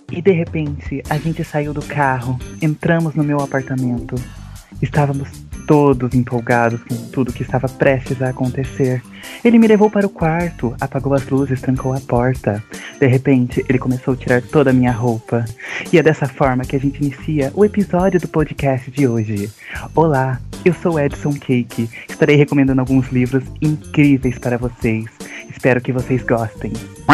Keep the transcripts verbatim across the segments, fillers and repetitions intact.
E de repente, a gente saiu do carro, entramos no meu apartamento. Estávamos todos empolgados com tudo que estava prestes a acontecer. Ele me levou para o quarto, apagou as luzes, trancou a porta. De repente, ele começou a tirar toda a minha roupa. E é dessa forma que a gente inicia o episódio do podcast de hoje. Olá, eu sou Edson Cake. Estarei recomendando alguns livros incríveis para vocês. Espero que vocês gostem.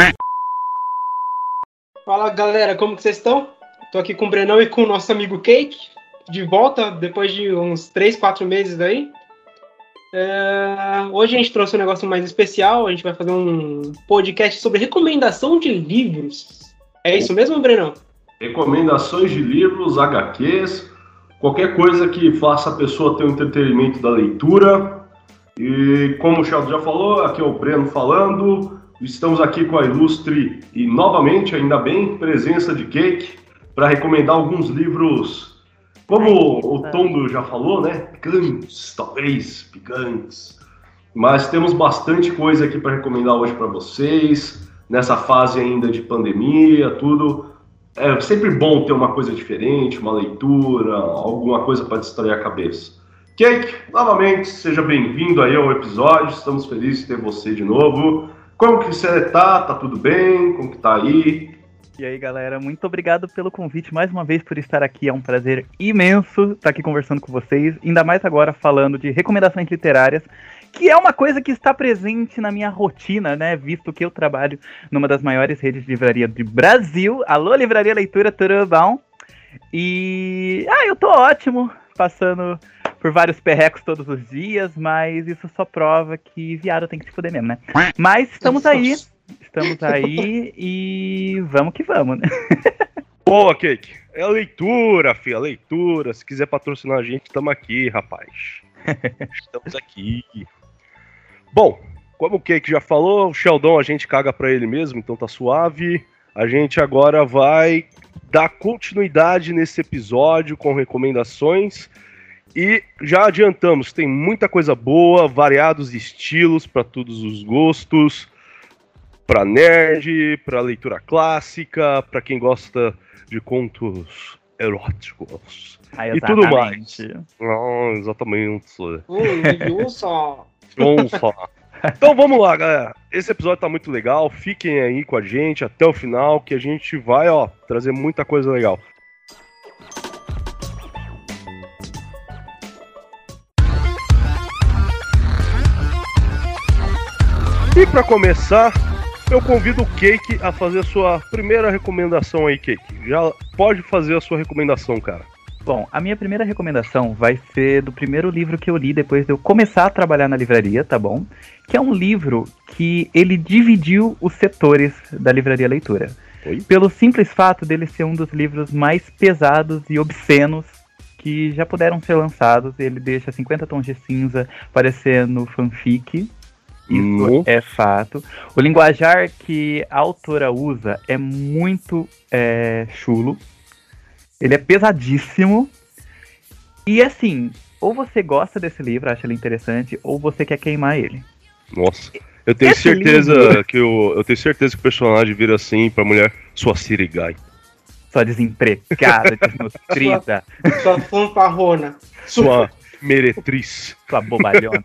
Fala galera, como que vocês estão? Tô aqui com o Brenão e com o nosso amigo Cake, de volta depois de uns três, quatro meses aí. É... Hoje a gente trouxe um negócio mais especial, a gente vai fazer um podcast sobre recomendação de livros. É isso mesmo, Brenão? Recomendações de livros, agá quês, qualquer coisa que faça a pessoa ter um entretenimento da leitura. E como o Sheldon já falou, aqui é o Breno falando. Estamos aqui com a ilustre e, novamente, ainda bem, presença de Cake para recomendar alguns livros, como o Tondo já falou, né? Picantes, talvez, picantes. Mas temos bastante coisa aqui para recomendar hoje para vocês, nessa fase ainda de pandemia, tudo. É sempre bom ter uma coisa diferente, uma leitura, alguma coisa para distrair a cabeça. Cake, novamente, seja bem-vindo aí ao episódio, estamos felizes de ter você de novo. Como que você tá? Tá tudo bem? Como que tá aí? E aí, galera, muito obrigado pelo convite mais uma vez por estar aqui. É um prazer imenso estar aqui conversando com vocês, ainda mais agora falando de recomendações literárias, que é uma coisa que está presente na minha rotina, né? Visto que eu trabalho numa das maiores redes de livraria do Brasil. Alô, Livraria Leitura, tudo bom? E... Ah, eu tô ótimo, passando por vários perrecos todos os dias, mas isso só prova que viado tem que se fuder mesmo, né? Mas estamos aí, estamos aí e vamos que vamos, né? Boa, Cake. É a leitura, filha, a leitura. Se quiser patrocinar a gente, estamos aqui, rapaz. Estamos aqui. Bom, como o Cake já falou, o Sheldon a gente caga pra ele mesmo, então tá suave. A gente agora vai dar continuidade nesse episódio com recomendações. E já adiantamos, tem muita coisa boa, variados estilos para todos os gostos, para nerd, para leitura clássica, para quem gosta de contos eróticos ah, e tudo mais. Ah, exatamente. Nossa. Então vamos lá, galera. Esse episódio tá muito legal, fiquem aí com a gente até o final, que a gente vai, ó, trazer muita coisa legal. E para começar, eu convido o Cake a fazer a sua primeira recomendação aí, Cake. Já pode fazer a sua recomendação, cara. Bom, a minha primeira recomendação vai ser do primeiro livro que eu li depois de eu começar a trabalhar na livraria, tá bom? Que é um livro que ele dividiu os setores da livraria leitura. Oi? Pelo simples fato dele ser um dos livros mais pesados e obscenos que já puderam ser lançados. Ele deixa cinquenta tons de cinza parecendo fanfic. Isso uhum. é fato. O linguajar que a autora usa é muito é, chulo. Ele é pesadíssimo. E assim, ou você gosta desse livro, acha ele interessante, ou você quer queimar ele. Nossa, eu tenho Esse certeza livro... que o, eu tenho certeza que o personagem vira assim pra mulher, sua sirigai. Sua desempregada, desnutrida. Sua, sua fanfarrona. Sua meretriz. Sua bobalhona.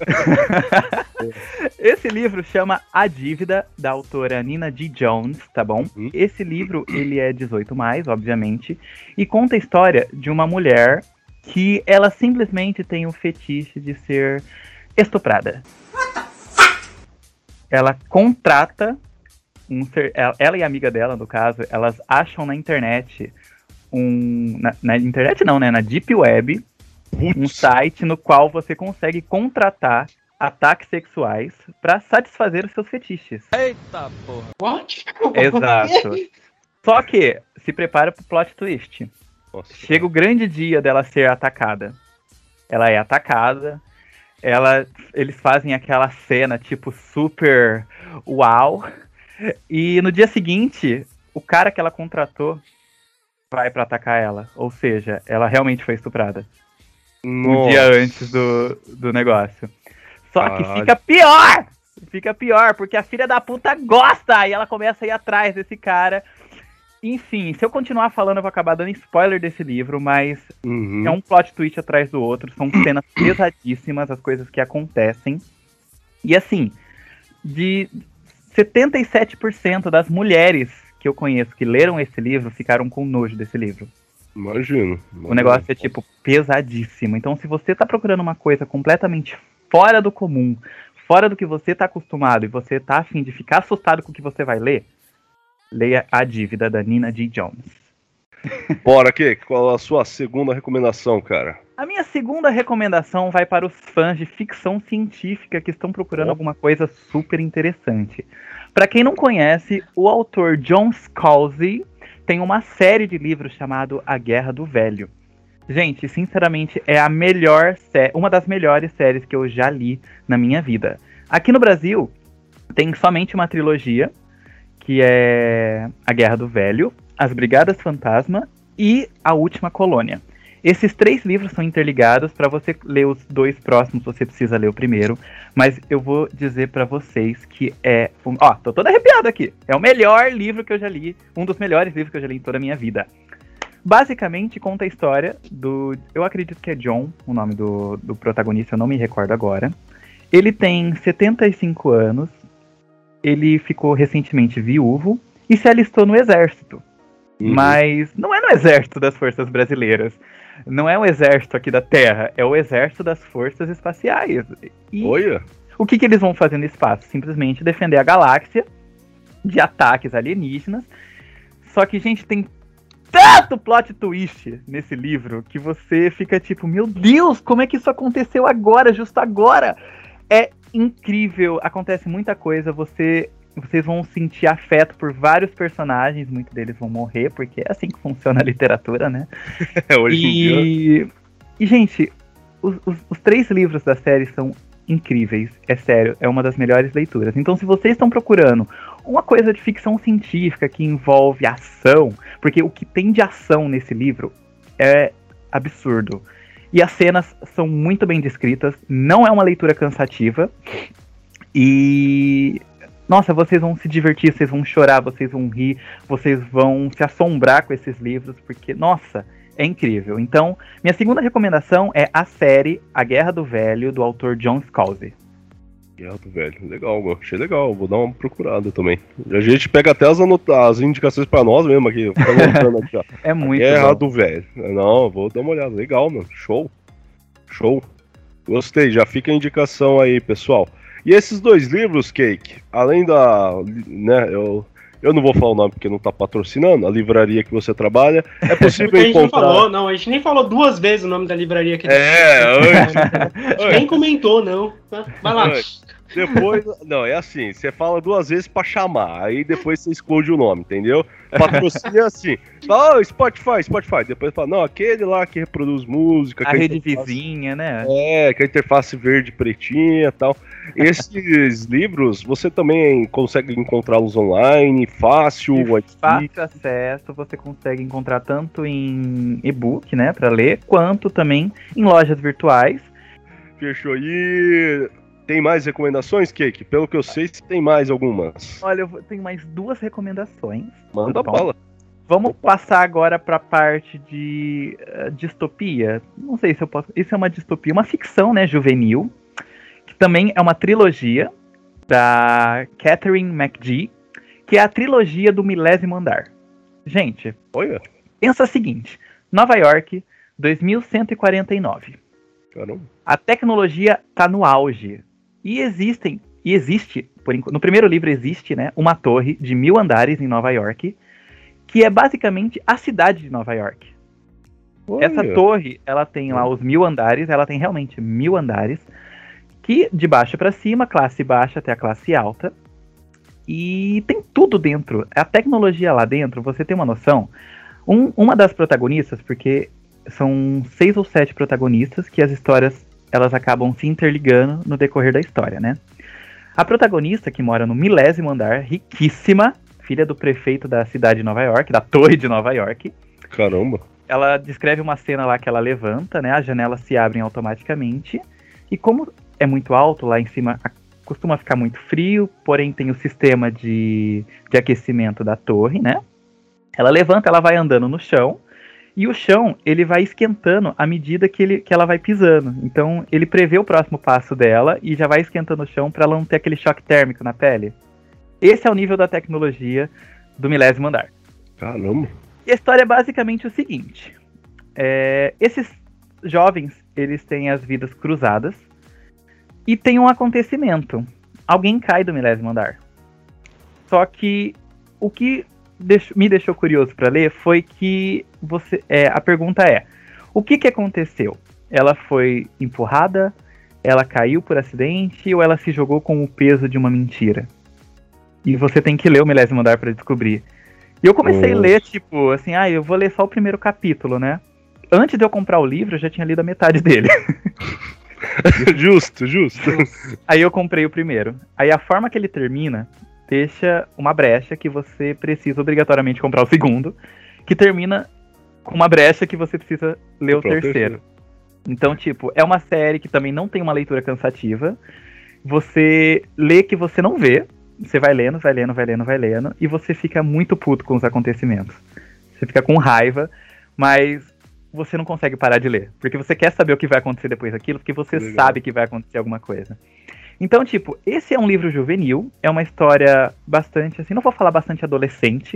Esse livro chama A Dívida, da autora Nina D. Jones, tá bom? Uhum. Esse livro, ele é dezoito mais, obviamente, e conta a história de uma mulher que ela simplesmente tem o fetiche de ser estuprada. Ela contrata um ser, ela e a amiga dela, no caso, elas acham na internet um... Na, na internet não, né? Na Deep Web, um site no qual você consegue contratar ataques sexuais pra satisfazer os seus fetiches. Eita porra. What? Exato. Só que, se prepara pro plot twist. Nossa, chega o grande dia dela ser atacada. Ela é atacada. Ela, eles fazem aquela cena, tipo, super uau. E no dia seguinte, o cara que ela contratou vai pra atacar ela. Ou seja, ela realmente foi estuprada. Nossa. Um dia antes do, do negócio. Só que Caralho. fica pior! Fica pior, porque a filha da puta gosta! E ela começa a ir atrás desse cara. Enfim, se eu continuar falando, eu vou acabar dando spoiler desse livro, mas Uhum. é um plot twist atrás do outro, são cenas pesadíssimas, as coisas que acontecem. E assim, de setenta e sete por cento das mulheres que eu conheço que leram esse livro ficaram com nojo desse livro. Imagino. imagino. O negócio é, tipo, pesadíssimo. Então, se você tá procurando uma coisa completamente fora do comum, fora do que você tá acostumado, e você tá afim de ficar assustado com o que você vai ler, leia A Dívida, da Nina D. Jones. Bora, Kek, qual a sua segunda recomendação, cara? A minha segunda recomendação vai para os fãs de ficção científica que estão procurando Oh. alguma coisa super interessante. Para quem não conhece, o autor John Scalzi tem uma série de livros chamado A Guerra do Velho. Gente, sinceramente, é a melhor sé- uma das melhores séries que eu já li na minha vida. Aqui no Brasil, tem somente uma trilogia, que é A Guerra do Velho, As Brigadas Fantasma e A Última Colônia. Esses três livros são interligados. Para você ler os dois próximos, você precisa ler o primeiro. Mas eu vou dizer para vocês que é... Ó, tô todo arrepiado aqui. É o melhor livro que eu já li. Um dos melhores livros que eu já li em toda a minha vida. Basicamente, conta a história do... Eu acredito que é John, o nome do, do protagonista. Eu não me recordo agora. Ele tem setenta e cinco anos. Ele ficou recentemente viúvo. E se alistou no exército. Uhum. Mas não é no exército das forças brasileiras. Não é o exército aqui da Terra. É o exército das forças espaciais. E Olha. o que, que eles vão fazer no espaço? Simplesmente defender a galáxia de ataques alienígenas. Só que, gente, tem tanto plot twist nesse livro que você fica tipo, meu Deus, como é que isso aconteceu agora, justo agora? É incrível, acontece muita coisa, você... Vocês vão sentir afeto por vários personagens, muitos deles vão morrer, porque é assim que funciona a literatura, né? Hoje em dia. E, e gente, os, os, os três livros da série são incríveis, é sério, é uma das melhores leituras. Então, se vocês estão procurando uma coisa de ficção científica que envolve ação, porque o que tem de ação nesse livro é absurdo. E as cenas são muito bem descritas, não é uma leitura cansativa, e... Nossa, vocês vão se divertir, vocês vão chorar, vocês vão rir, vocês vão se assombrar com esses livros, porque, nossa, é incrível. Então, minha segunda recomendação é a série A Guerra do Velho, do autor John Scalzi. Guerra do Velho, legal, mano. Achei legal, vou dar uma procurada também. A gente pega até as, anota- as indicações pra nós mesmo aqui, fica anotando aqui, ó. É muito Guerra bom. do Velho. Não, vou dar uma olhada, legal, mano. Show. Show. Gostei, já fica a indicação aí, pessoal. E esses dois livros, Cake, além da, né, eu, eu não vou falar o nome porque não tá patrocinando, a livraria que você trabalha, é possível Porque a gente encontrar... não falou, não, a gente nem falou duas vezes o nome da livraria que É, antes, A gente nem comentou, não. Vai lá. depois, não, é assim, você fala duas vezes pra chamar, aí depois você esconde o nome, entendeu? Patrocínio é assim, fala, oh, Spotify, Spotify, depois fala, não, aquele lá que reproduz música, A que rede interface- vizinha, né? É, com a interface verde pretinha e tal. Esses livros, você também consegue encontrá-los online, fácil, De aqui. fácil acesso, você consegue encontrar tanto em e-book, né, para ler, quanto também em lojas virtuais. Fechou. E tem mais recomendações, Cake? Pelo que eu sei, você tem mais algumas. Olha, eu vou- tenho mais duas recomendações. Manda Tá bom. bala. Vamos passar agora para a parte de uh, distopia. Não sei se eu posso. Isso é uma distopia, uma ficção, né, juvenil, que também é uma trilogia da Catherine McGee, que é a trilogia do Milésimo Andar. Gente, Olha, pensa o seguinte: Nova York, dois mil cento e quarenta e nove. caramba. A tecnologia está no auge. E existem, e existe, por enquanto, no primeiro livro existe, né, uma torre de mil andares em Nova York, que é basicamente a cidade de Nova York. Olha. Essa torre, ela tem lá os mil andares, ela tem realmente mil andares, que de baixo para cima, classe baixa até a classe alta, e tem tudo dentro. A tecnologia lá dentro, você tem uma noção, um, uma das protagonistas, porque são seis ou sete protagonistas, que as histórias, elas acabam se interligando no decorrer da história, né? A protagonista, que mora no milésimo andar, riquíssima, filha do prefeito da cidade de Nova York, da torre de Nova York, Caramba. ela descreve uma cena lá que ela levanta, né? As janelas se abrem automaticamente. E como é muito alto, lá em cima a- costuma ficar muito frio, porém tem o sistema de, de aquecimento da torre, né? Ela levanta, ela vai andando no chão, e o chão, ele vai esquentando à medida que, ele, que ela vai pisando. Então, ele prevê o próximo passo dela e já vai esquentando o chão para ela não ter aquele choque térmico na pele. Esse é o nível da tecnologia do milésimo andar. Caramba. E a história é basicamente o seguinte. É, esses jovens, eles têm as vidas cruzadas e tem um acontecimento. Alguém cai do milésimo andar. Só que o que deixo, me deixou curioso para ler foi que você, é, a pergunta é: o que, que aconteceu? Ela foi empurrada? Ela caiu por acidente? Ou ela se jogou com o peso de uma mentira? E você tem que ler o milésimo andar para descobrir. E eu comecei oh. a ler, tipo, assim, ah, eu vou ler só o primeiro capítulo, né? Antes de eu comprar o livro, eu já tinha lido a metade dele. Justo, justo. Aí eu comprei o primeiro. Aí a forma que ele termina deixa uma brecha que você precisa obrigatoriamente comprar o segundo, que termina com uma brecha que você precisa ler o terceiro. terceiro. Então, tipo, é uma série que também não tem uma leitura cansativa. Você lê que você não vê. Você vai lendo, vai lendo, vai lendo, vai lendo, e você fica muito puto com os acontecimentos. Você fica com raiva, mas você não consegue parar de ler. Porque você quer saber o que vai acontecer depois daquilo, porque você Legal. sabe que vai acontecer alguma coisa. Então, tipo, esse é um livro juvenil, é uma história bastante, assim, não vou falar bastante adolescente,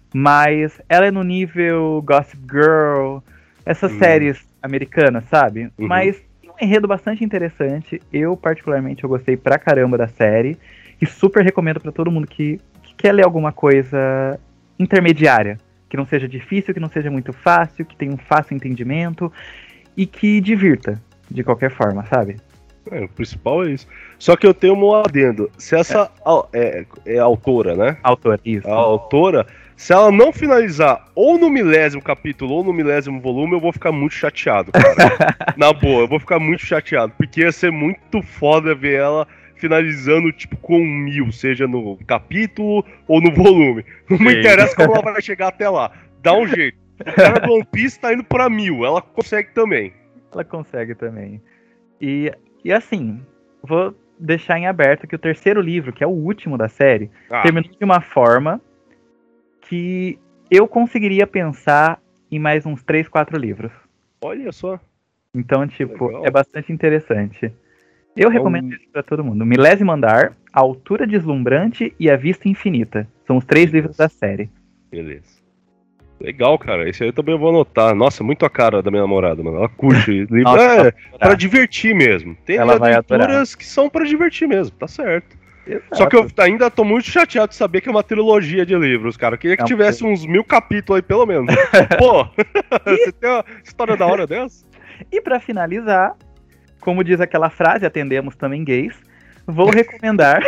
mas ela é no nível Gossip Girl, essas uhum. séries americanas, sabe? Uhum. Mas tem um enredo bastante interessante. Eu, particularmente, eu gostei pra caramba da série. E super recomendo pra todo mundo que, que quer ler alguma coisa intermediária. Que não seja difícil, que não seja muito fácil, que tenha um fácil entendimento e que divirta, de qualquer forma, sabe? É, o principal é isso. Só que eu tenho um adendo. Se essa é, é, é autora, né? Autora, isso. A autora, se ela não finalizar ou no milésimo capítulo ou no milésimo volume, eu vou ficar muito chateado, cara. Na boa, eu vou ficar muito chateado. Porque ia ser muito foda ver ela finalizando, tipo, com mil, seja no capítulo ou no volume. Não me Sim. interessa como ela vai chegar até lá. Dá um jeito. O cara do One Piece tá indo pra mil, ela consegue também. Ela consegue também. E, e assim, vou deixar em aberto que o terceiro livro, que é o último da série, ah. terminou de uma forma que eu conseguiria pensar em mais uns três, quatro livros. Olha só. Então, tipo, Legal. é bastante interessante. Eu recomendo um... isso pra todo mundo. O Milésimo Andar, A Altura Deslumbrante e A Vista Infinita. São os três Beleza. livros da série. Beleza. Legal, cara. Esse aí eu também vou anotar. Nossa, muito a cara da minha namorada, mano. Ela curte. Livro Nossa, é pra divertir mesmo. Tem Ela leituras que são pra divertir mesmo, tá certo. Exato. Só que eu ainda tô muito chateado de saber que é uma trilogia de livros, cara. Eu queria que Não, tivesse uns mil capítulos aí, pelo menos. Pô, você tem uma história da hora dessa? E pra finalizar, como diz aquela frase, atendemos também gays, vou recomendar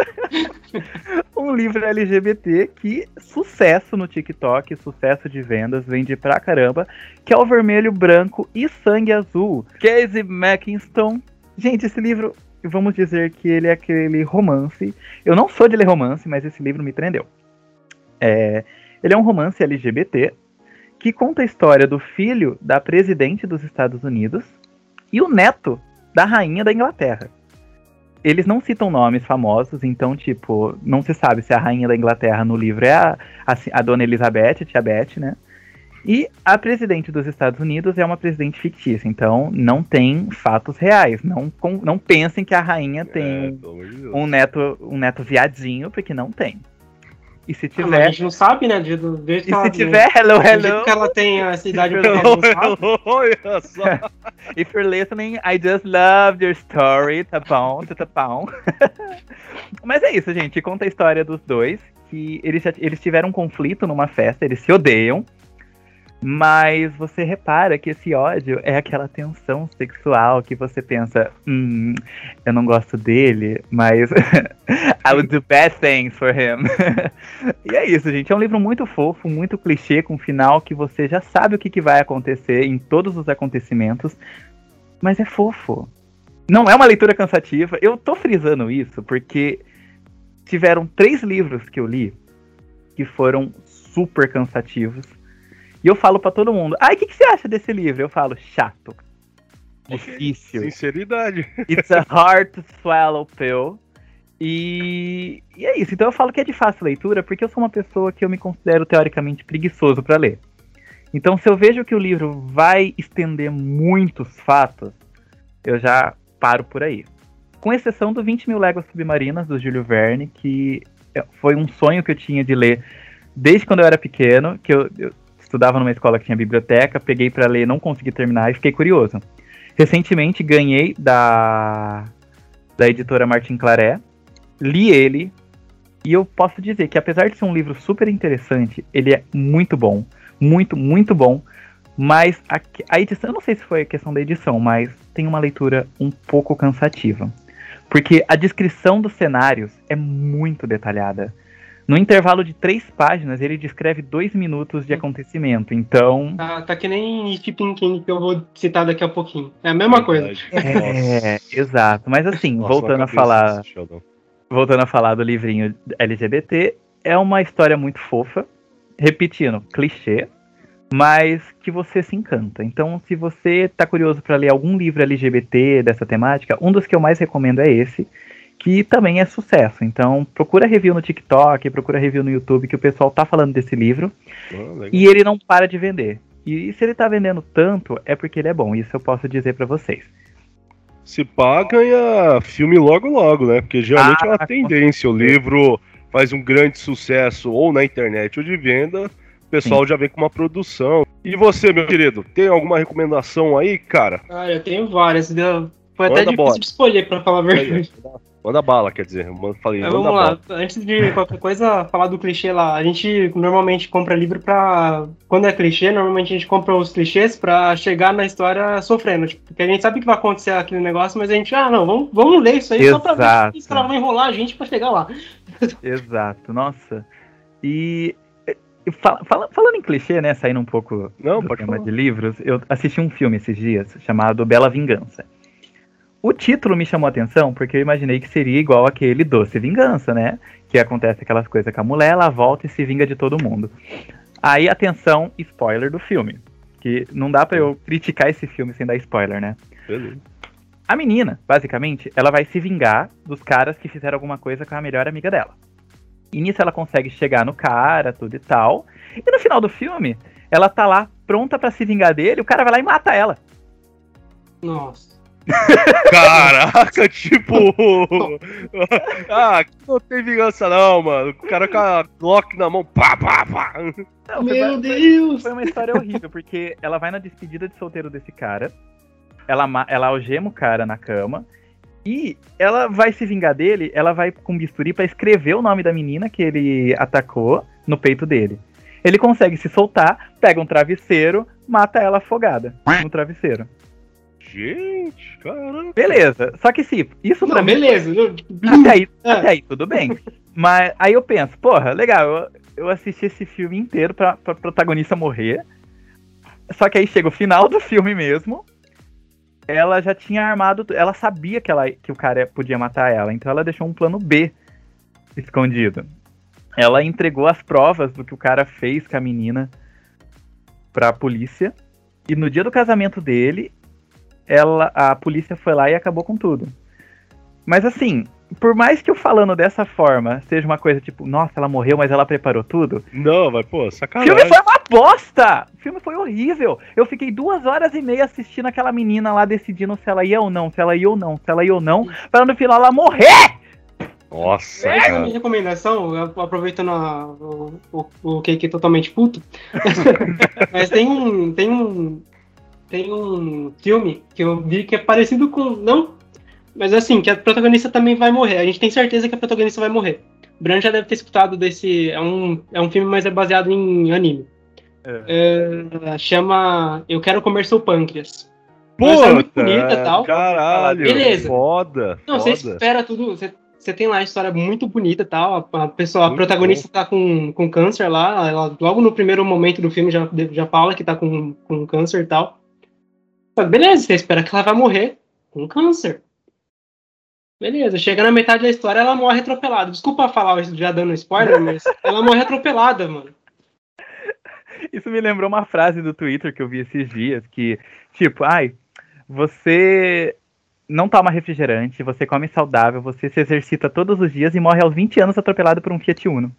um livro L G B T que sucesso no TikTok, sucesso de vendas, vende pra caramba, que é o Vermelho, Branco e Sangue Azul, Casey McInstone. Gente, esse livro, vamos dizer que ele é aquele romance. Eu não sou de ler romance, mas esse livro me prendeu. É, ele é um romance L G B T que conta a história do filho da presidente dos Estados Unidos e o neto da rainha da Inglaterra. Eles não citam nomes famosos, então, tipo, não se sabe se a rainha da Inglaterra no livro é a, a, a dona Elizabeth, a tia Beth, né? E a presidente dos Estados Unidos é uma presidente fictícia, então não tem fatos reais. Não, com, não pensem que a rainha tem é, um, neto, um neto viadinho, porque não tem. E se tiver... Ah, a gente não sabe, né? De, de, de e se tiver, hello, hello. Do que ela tem essa idade, hello, hello, hello, olha só. If you're listening, I just loved your story, tá bom, tá bom. Mas é isso, gente. Conta a história dos dois, que eles, eles tiveram um conflito numa festa, eles se odeiam. Mas você repara que esse ódio é aquela tensão sexual que você pensa, hum, eu não gosto dele, mas I would do bad things for him. E é isso, gente. É um livro muito fofo, muito clichê, com um final que você já sabe o que, que vai acontecer em todos os acontecimentos, mas é fofo. Não é uma leitura cansativa. Eu tô frisando isso porque tiveram três livros que eu li que foram super cansativos. E eu falo pra todo mundo, ai, o que, que você acha desse livro? Eu falo, chato, difícil. Sinceridade. It's a hard to swallow pill. E, e é isso. Então eu falo que é de fácil leitura porque eu sou uma pessoa que eu me considero teoricamente preguiçoso para ler. Então se eu vejo que o livro vai estender muitos fatos, eu já paro por aí. Com exceção do vinte mil Léguas Submarinas, do Júlio Verne, que foi um sonho que eu tinha de ler desde quando eu era pequeno, que eu, eu estudava numa escola que tinha biblioteca, peguei para ler, não consegui terminar e fiquei curioso. Recentemente ganhei da, da editora Martin Claret, li ele, e eu posso dizer que apesar de ser um livro super interessante, ele é muito bom, muito, muito bom, mas a, a edição, eu não sei se foi a questão da edição, mas tem uma leitura um pouco cansativa. Porque a descrição dos cenários é muito detalhada. No intervalo de três páginas, ele descreve dois minutos de acontecimento. Então... Tá, tá que nem Stephen King, que eu vou citar daqui a pouquinho. É a mesma Verdade. coisa. É, exato. Mas assim, Nossa, voltando a falar... Voltando a falar do livrinho L G B T, é uma história muito fofa. Repetindo, clichê. Mas que você se encanta. Então, se você tá curioso para ler algum livro L G B T dessa temática, um dos que eu mais recomendo é esse, que também é sucesso. Então, procura review no TikTok, procura review no YouTube, que o pessoal tá falando desse livro. Oh, e ele não para de vender. E se ele tá vendendo tanto, é porque ele é bom. Isso eu posso dizer para vocês. Se pá, ganha filme logo logo, né? Porque geralmente ah, é uma tendência. O livro faz um grande sucesso ou na internet ou de venda, o pessoal Sim. já vem com uma produção. E você, meu querido, tem alguma recomendação aí, cara? Ah, eu tenho várias. Foi até difícil bola. de escolher, pra falar a verdade. Manda bala, quer dizer. Falei, Mas manda vamos lá. Bala. Antes de qualquer coisa, falar do clichê lá. A gente normalmente compra livro pra... Quando é clichê, normalmente a gente compra os clichês pra chegar na história sofrendo. Tipo, porque a gente sabe que vai acontecer aquele negócio, mas a gente, ah, não, vamos, vamos ler isso aí Exato. só pra ver se ela vai enrolar a gente pra chegar lá. Exato. Nossa. E... Fala, fala, falando em clichê, né, saindo um pouco Não, do tema falar. de livros, eu assisti um filme esses dias chamado Bela Vingança. O título me chamou a atenção porque eu imaginei que seria igual aquele Doce Vingança, né? Que acontece aquelas coisas com a mulher, ela volta e se vinga de todo mundo. Aí, atenção, spoiler do filme. Que não dá pra eu criticar esse filme sem dar spoiler, né? Beleza. A menina, basicamente, ela vai se vingar dos caras que fizeram alguma coisa com a melhor amiga dela. E nisso ela consegue chegar no cara, tudo e tal. E no final do filme, ela tá lá pronta pra se vingar dele, o cara vai lá e mata ela. Nossa. Caraca, tipo... ah, não tem vingança não, mano. O cara com a Glock na mão, pá, pá, pá. Não, Meu foi, Deus! Foi uma história horrível, porque ela vai na despedida de solteiro desse cara, ela, ela algema o cara na cama, e ela vai se vingar dele, ela vai com bisturi pra escrever o nome da menina que ele atacou no peito dele. Ele consegue se soltar, pega um travesseiro, mata ela afogada no travesseiro. Gente, caramba. Beleza, só que sim, isso Não, pra mim... beleza. Até aí, até aí, tudo bem. Mas aí eu penso, porra, legal, eu, eu assisti esse filme inteiro pra, pra protagonista morrer. Só que aí chega o final do filme mesmo, ela já tinha armado, ela sabia que, ela, que o cara podia matar ela, então ela deixou um plano B escondido. Ela entregou as provas do que o cara fez com a menina pra polícia, e no dia do casamento dele, ela, a polícia foi lá e acabou com tudo. Mas assim, por mais que eu falando dessa forma seja uma coisa tipo, nossa, ela morreu, mas ela preparou tudo. Não, vai, pô, sacanagem. O filme foi uma bosta! O filme foi horrível. Eu fiquei duas horas e meia assistindo aquela menina lá decidindo se ela ia ou não, se ela ia ou não, se ela ia ou não, pra no final ela morrer! Nossa, é, cara. Minha recomendação, aproveitando a, o, o, o Cake totalmente puto, mas tem um, tem um tem um filme que eu vi que é parecido com, não, mas assim, que a protagonista também vai morrer, a gente tem certeza que a protagonista vai morrer. O Bran já deve ter escutado desse, é um, é um filme, mas é baseado em anime. É. É, chama Eu Quero Comer Seu Pâncreas. Puta, é muito bonita e tal. Caralho, beleza. Foda. Não, foda. você espera tudo, você Você tem lá a história muito bonita e tal, a, pessoa, a protagonista bom. tá com, com câncer lá, ela, logo no primeiro momento do filme já, já fala que tá com, com câncer e tal. Beleza, você espera que ela vai morrer com câncer. Beleza, chega na metade da história, ela morre atropelada. Desculpa falar já dando spoiler, mas ela morre atropelada, mano. Isso me lembrou uma frase do Twitter que eu vi esses dias, que, tipo, ai, você... não toma refrigerante, você come saudável, você se exercita todos os dias e morre aos vinte anos atropelado por um Fiat Uno.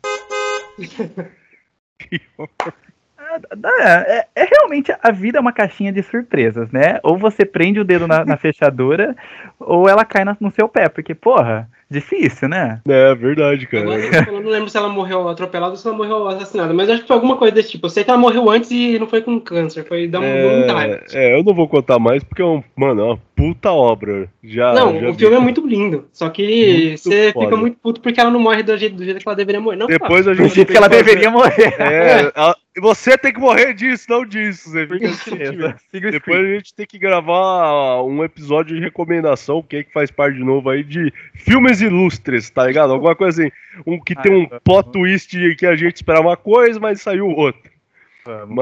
É, é, é realmente, a vida é uma caixinha de surpresas, né? Ou você prende o dedo na, na fechadura, ou ela cai na, no seu pé, porque, porra, difícil, né? É verdade, cara. Agora, eu não lembro se ela morreu atropelada ou se ela morreu assassinada, mas acho que foi alguma coisa desse tipo. Eu sei que ela morreu antes e não foi com câncer, foi dar um é, é, eu não vou contar mais porque é um, mano, é uma puta obra. Já, não, já o filme vi. é muito lindo, só que muito você foda. Fica muito puto porque ela não morre do jeito, do jeito que ela deveria morrer. Não, depois a gente do jeito que ela fazer... deveria morrer. É, ela... você tem que morrer disso, não disso. Você fica assim, depois a gente tem que gravar um episódio de recomendação, que é que faz parte de novo aí de filmes ilustres, tá ligado? Alguma coisa assim, um que tem um plot twist que a gente esperava uma coisa, mas saiu outra. Vamos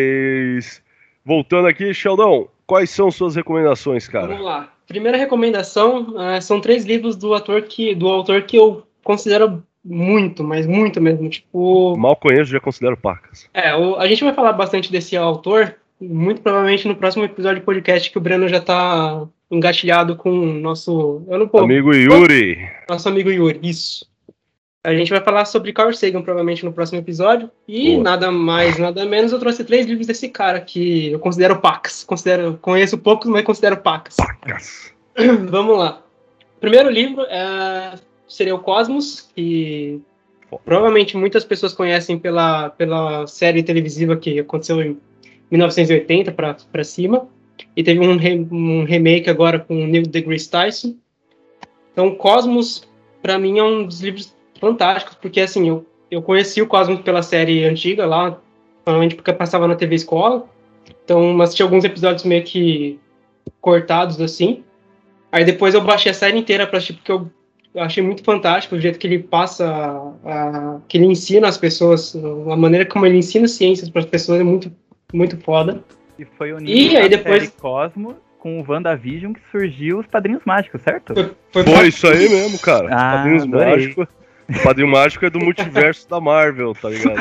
mas, voltando aqui, Sheldon, quais são suas recomendações, cara? Vamos lá. Primeira recomendação, uh, são três livros do autor que, do autor que eu considero muito, mas muito mesmo, tipo... Mal conheço, já considero pacas. É, o, a gente vai falar bastante desse autor, muito provavelmente no próximo episódio de podcast, que o Breno já tá engatilhado com o nosso... Eu não, pô, amigo Yuri. Nosso amigo Yuri, isso. A gente vai falar sobre Carl Sagan, provavelmente, no próximo episódio. E Boa. nada mais, nada menos, eu trouxe três livros desse cara que eu considero pacas. Considero, conheço poucos, mas considero pacas. Pacas. Vamos lá. O primeiro livro é, seria o Cosmos, que provavelmente muitas pessoas conhecem pela, pela série televisiva que aconteceu em mil novecentos e oitenta para cima. E teve um, re, um remake agora com o Neil deGrasse Tyson. Então, Cosmos, para mim, é um dos livros fantásticos, porque assim, eu, eu conheci o Cosmos pela série antiga lá, provavelmente porque passava na T V Escola, então assisti alguns episódios meio que cortados assim, aí depois eu baixei a série inteira pra assistir, porque eu, eu achei muito fantástico o jeito que ele passa, a, a, que ele ensina as pessoas, a maneira como ele ensina ciências para as pessoas é muito, muito foda. E foi unido e aí depois série Cosmos com o WandaVision que surgiu os Padrinhos Mágicos, certo? Foi, foi, foi isso aí mesmo, cara. Ah, Padrinhos Mágicos. O Padrinho Mágico é do multiverso da Marvel, tá ligado?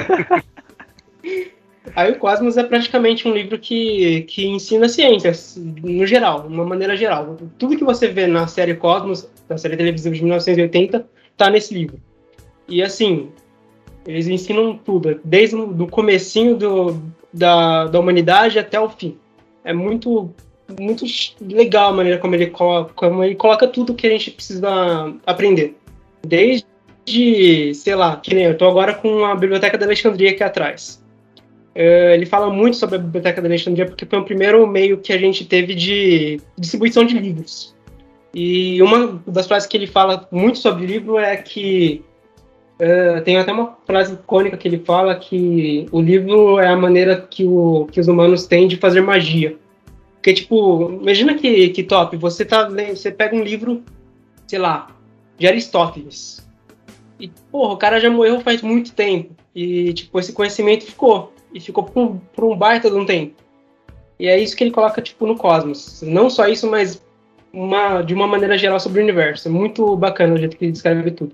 Aí o Cosmos é praticamente um livro que, que ensina ciências, no geral, de uma maneira geral. Tudo que você vê na série Cosmos, na série televisiva de mil novecentos e oitenta, tá nesse livro. E assim, eles ensinam tudo, desde o comecinho do, da, da humanidade até o fim. É muito, muito legal a maneira como ele, como ele coloca tudo que a gente precisa aprender. Desde de, sei lá, que nem eu tô agora com a Biblioteca da Alexandria aqui atrás. Uh, ele fala muito sobre a Biblioteca da Alexandria porque foi o primeiro meio que a gente teve de distribuição de livros. E uma das frases que ele fala muito sobre o livro é que uh, tem até uma frase icônica que ele fala que o livro é a maneira que, o, que os humanos têm de fazer magia. Porque, tipo, imagina que, que top, você, tá, você pega um livro, sei lá, de Aristóteles. E, porra, o cara já morreu faz muito tempo. E, tipo, esse conhecimento ficou. E ficou por um, por um baita de um tempo. E é isso que ele coloca, tipo, no Cosmos. Não só isso, mas uma, de uma maneira geral sobre o universo. É muito bacana o jeito que ele descreve tudo.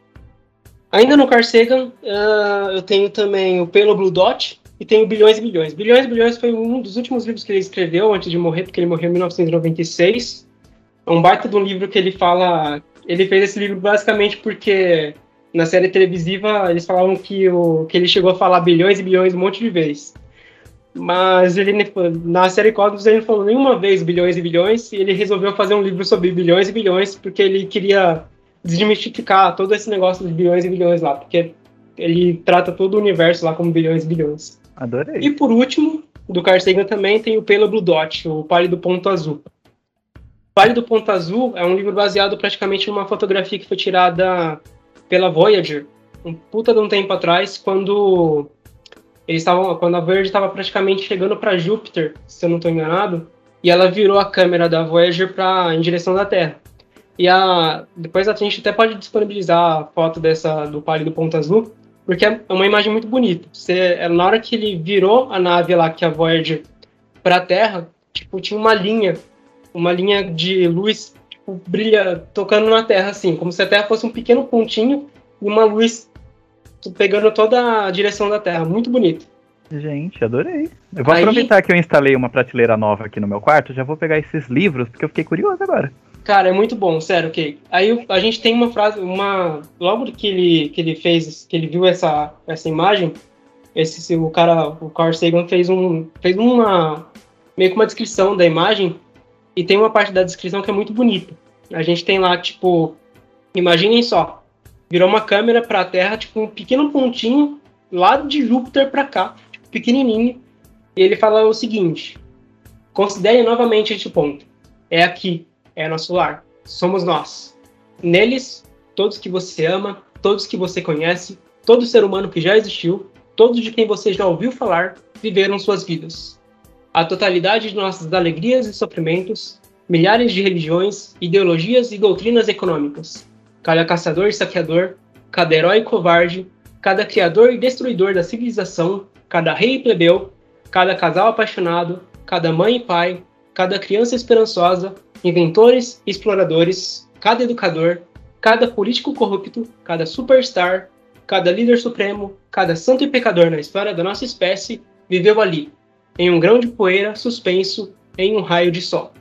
Ainda no Carl Sagan, uh, eu tenho também o Pale Blue Dot e tenho Bilhões e Bilhões. Bilhões e Bilhões foi um dos últimos livros que ele escreveu antes de morrer, porque ele morreu em mil novecentos e noventa e seis. É um baita de um livro que ele fala... Ele fez esse livro basicamente porque... Na série televisiva, eles falavam que, o, que ele chegou a falar bilhões e bilhões um monte de vezes. Mas ele, na série Cosmos ele não falou nenhuma vez bilhões e bilhões, e ele resolveu fazer um livro sobre bilhões e bilhões, porque ele queria desmistificar todo esse negócio de bilhões e bilhões lá, porque ele trata todo o universo lá como bilhões e bilhões. Adorei. E por último, do Carl Sagan também, tem o Pale Blue Dot, o Pálido Ponto Azul. Pálido Ponto Azul é um livro baseado praticamente numa fotografia que foi tirada... pela Voyager, um puta de um tempo atrás, quando eles estavam, quando a Voyager estava praticamente chegando para Júpiter, se eu não estou enganado, e ela virou a câmera da Voyager para em direção da Terra. E a, depois a gente até pode disponibilizar a foto dessa do Pálido Ponto Azul, porque é uma imagem muito bonita. Você, na hora que ele virou a nave lá, que é a Voyager, para a Terra, tipo, tinha uma linha, uma linha de luz brilha, tocando na Terra, assim, como se a Terra fosse um pequeno pontinho e uma luz pegando toda a direção da Terra. Muito bonito. Gente, adorei. Eu vou Aí... aproveitar que eu instalei uma prateleira nova aqui no meu quarto, já vou pegar esses livros, porque eu fiquei curioso agora. Cara, é muito bom, sério, ok. Aí a gente tem uma frase, uma. Logo que ele, que ele fez, que ele viu essa, essa imagem, esse, o cara, o Carl Sagan fez, um, fez uma. meio que uma descrição da imagem, e tem uma parte da descrição que é muito bonita. A gente tem lá, tipo, imaginem só, virou uma câmera pra Terra, tipo, um pequeno pontinho lá de Júpiter pra cá, tipo, pequenininho, e ele fala o seguinte: considere novamente este ponto. É aqui. É nosso lar. Somos nós. Neles, todos que você ama, todos que você conhece, todo ser humano que já existiu, todos de quem você já ouviu falar, viveram suas vidas. A totalidade de nossas alegrias e sofrimentos, milhares de religiões, ideologias e doutrinas econômicas. Cada caçador e saqueador, cada herói e covarde, cada criador e destruidor da civilização, cada rei e plebeu, cada casal apaixonado, cada mãe e pai, cada criança esperançosa, inventores e exploradores, cada educador, cada político corrupto, cada superstar, cada líder supremo, cada santo e pecador na história da nossa espécie viveu ali, em um grão de poeira suspenso em um raio de sol.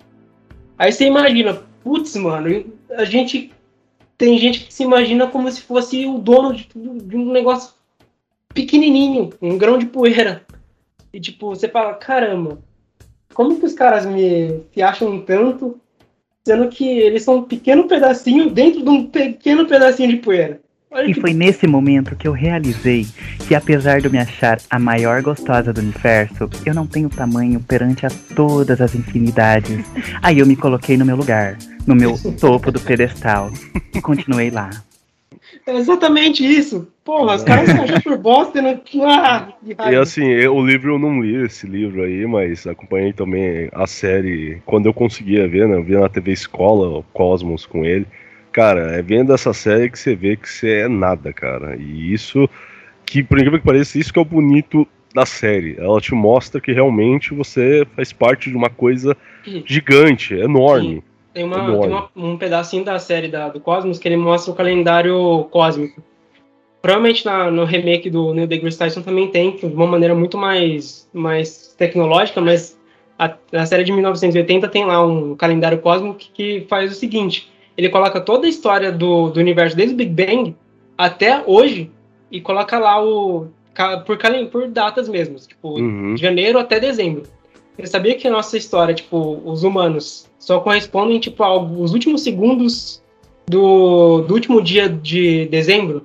Aí você imagina, putz, mano, a gente tem gente que se imagina como se fosse o dono de, de um negócio pequenininho, um grão de poeira. E tipo, você fala, caramba, como que os caras me se acham tanto, sendo que eles são um pequeno pedacinho dentro de um pequeno pedacinho de poeira? Olha E que... foi nesse momento que eu realizei que, apesar de eu me achar a maior gostosa do universo, eu não tenho tamanho perante a todas as infinidades. Aí eu me coloquei no meu lugar, no meu topo do pedestal, e continuei lá. É exatamente isso. Porra, os caras se acham por bosta e não... Ah, e assim, eu, o livro eu não li esse livro aí, mas acompanhei também a série quando eu conseguia ver, né? Eu via na T V Escola, o Cosmos com ele. Cara, é vendo essa série que você vê que você é nada, cara. E isso, que por incrível que pareça, isso que é o bonito da série. Ela te mostra que realmente você faz parte de uma coisa gigante, enorme. Sim. Tem, uma, tem uma, um pedacinho da série da, do Cosmos que ele mostra o calendário cósmico. Provavelmente na, no remake do Neil deGrasse Tyson também tem, de uma maneira muito mais, mais tecnológica, mas a, a série de mil novecentos e oitenta tem lá um calendário cósmico que, que faz o seguinte: ele coloca toda a história do, do universo desde o Big Bang até hoje e coloca lá o, por, por datas mesmo, tipo, uhum. de janeiro até dezembro. Você sabia que a nossa história, tipo, os humanos só correspondem, tipo, aos últimos segundos do, do último dia de dezembro?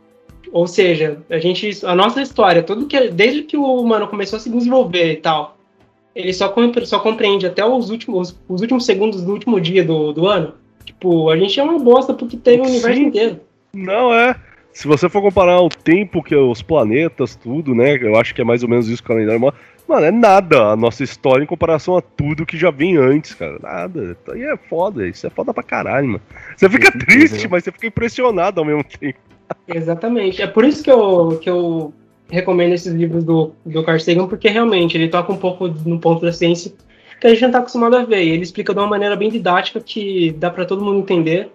Ou seja, a gente, a nossa história, tudo que, desde que o humano começou a se desenvolver e tal, ele só, só compreende até os últimos, os últimos segundos do último dia do, do ano. Tipo, a gente é uma bosta porque teve o universo Sim. inteiro. Não, é. Se você for comparar o tempo que os planetas, tudo, né? Eu acho que é mais ou menos isso que o calendário mostra. Mano, é nada a nossa história em comparação a tudo que já vem antes, cara. Nada. Aí é foda. Isso é foda pra caralho, mano. Você fica triste, mas você fica impressionado ao mesmo tempo. Exatamente. É por isso que eu, que eu recomendo esses livros do, do Carl Sagan, porque realmente ele toca um pouco no ponto da ciência que a gente não tá acostumado a ver. E ele explica de uma maneira bem didática que dá pra todo mundo entender.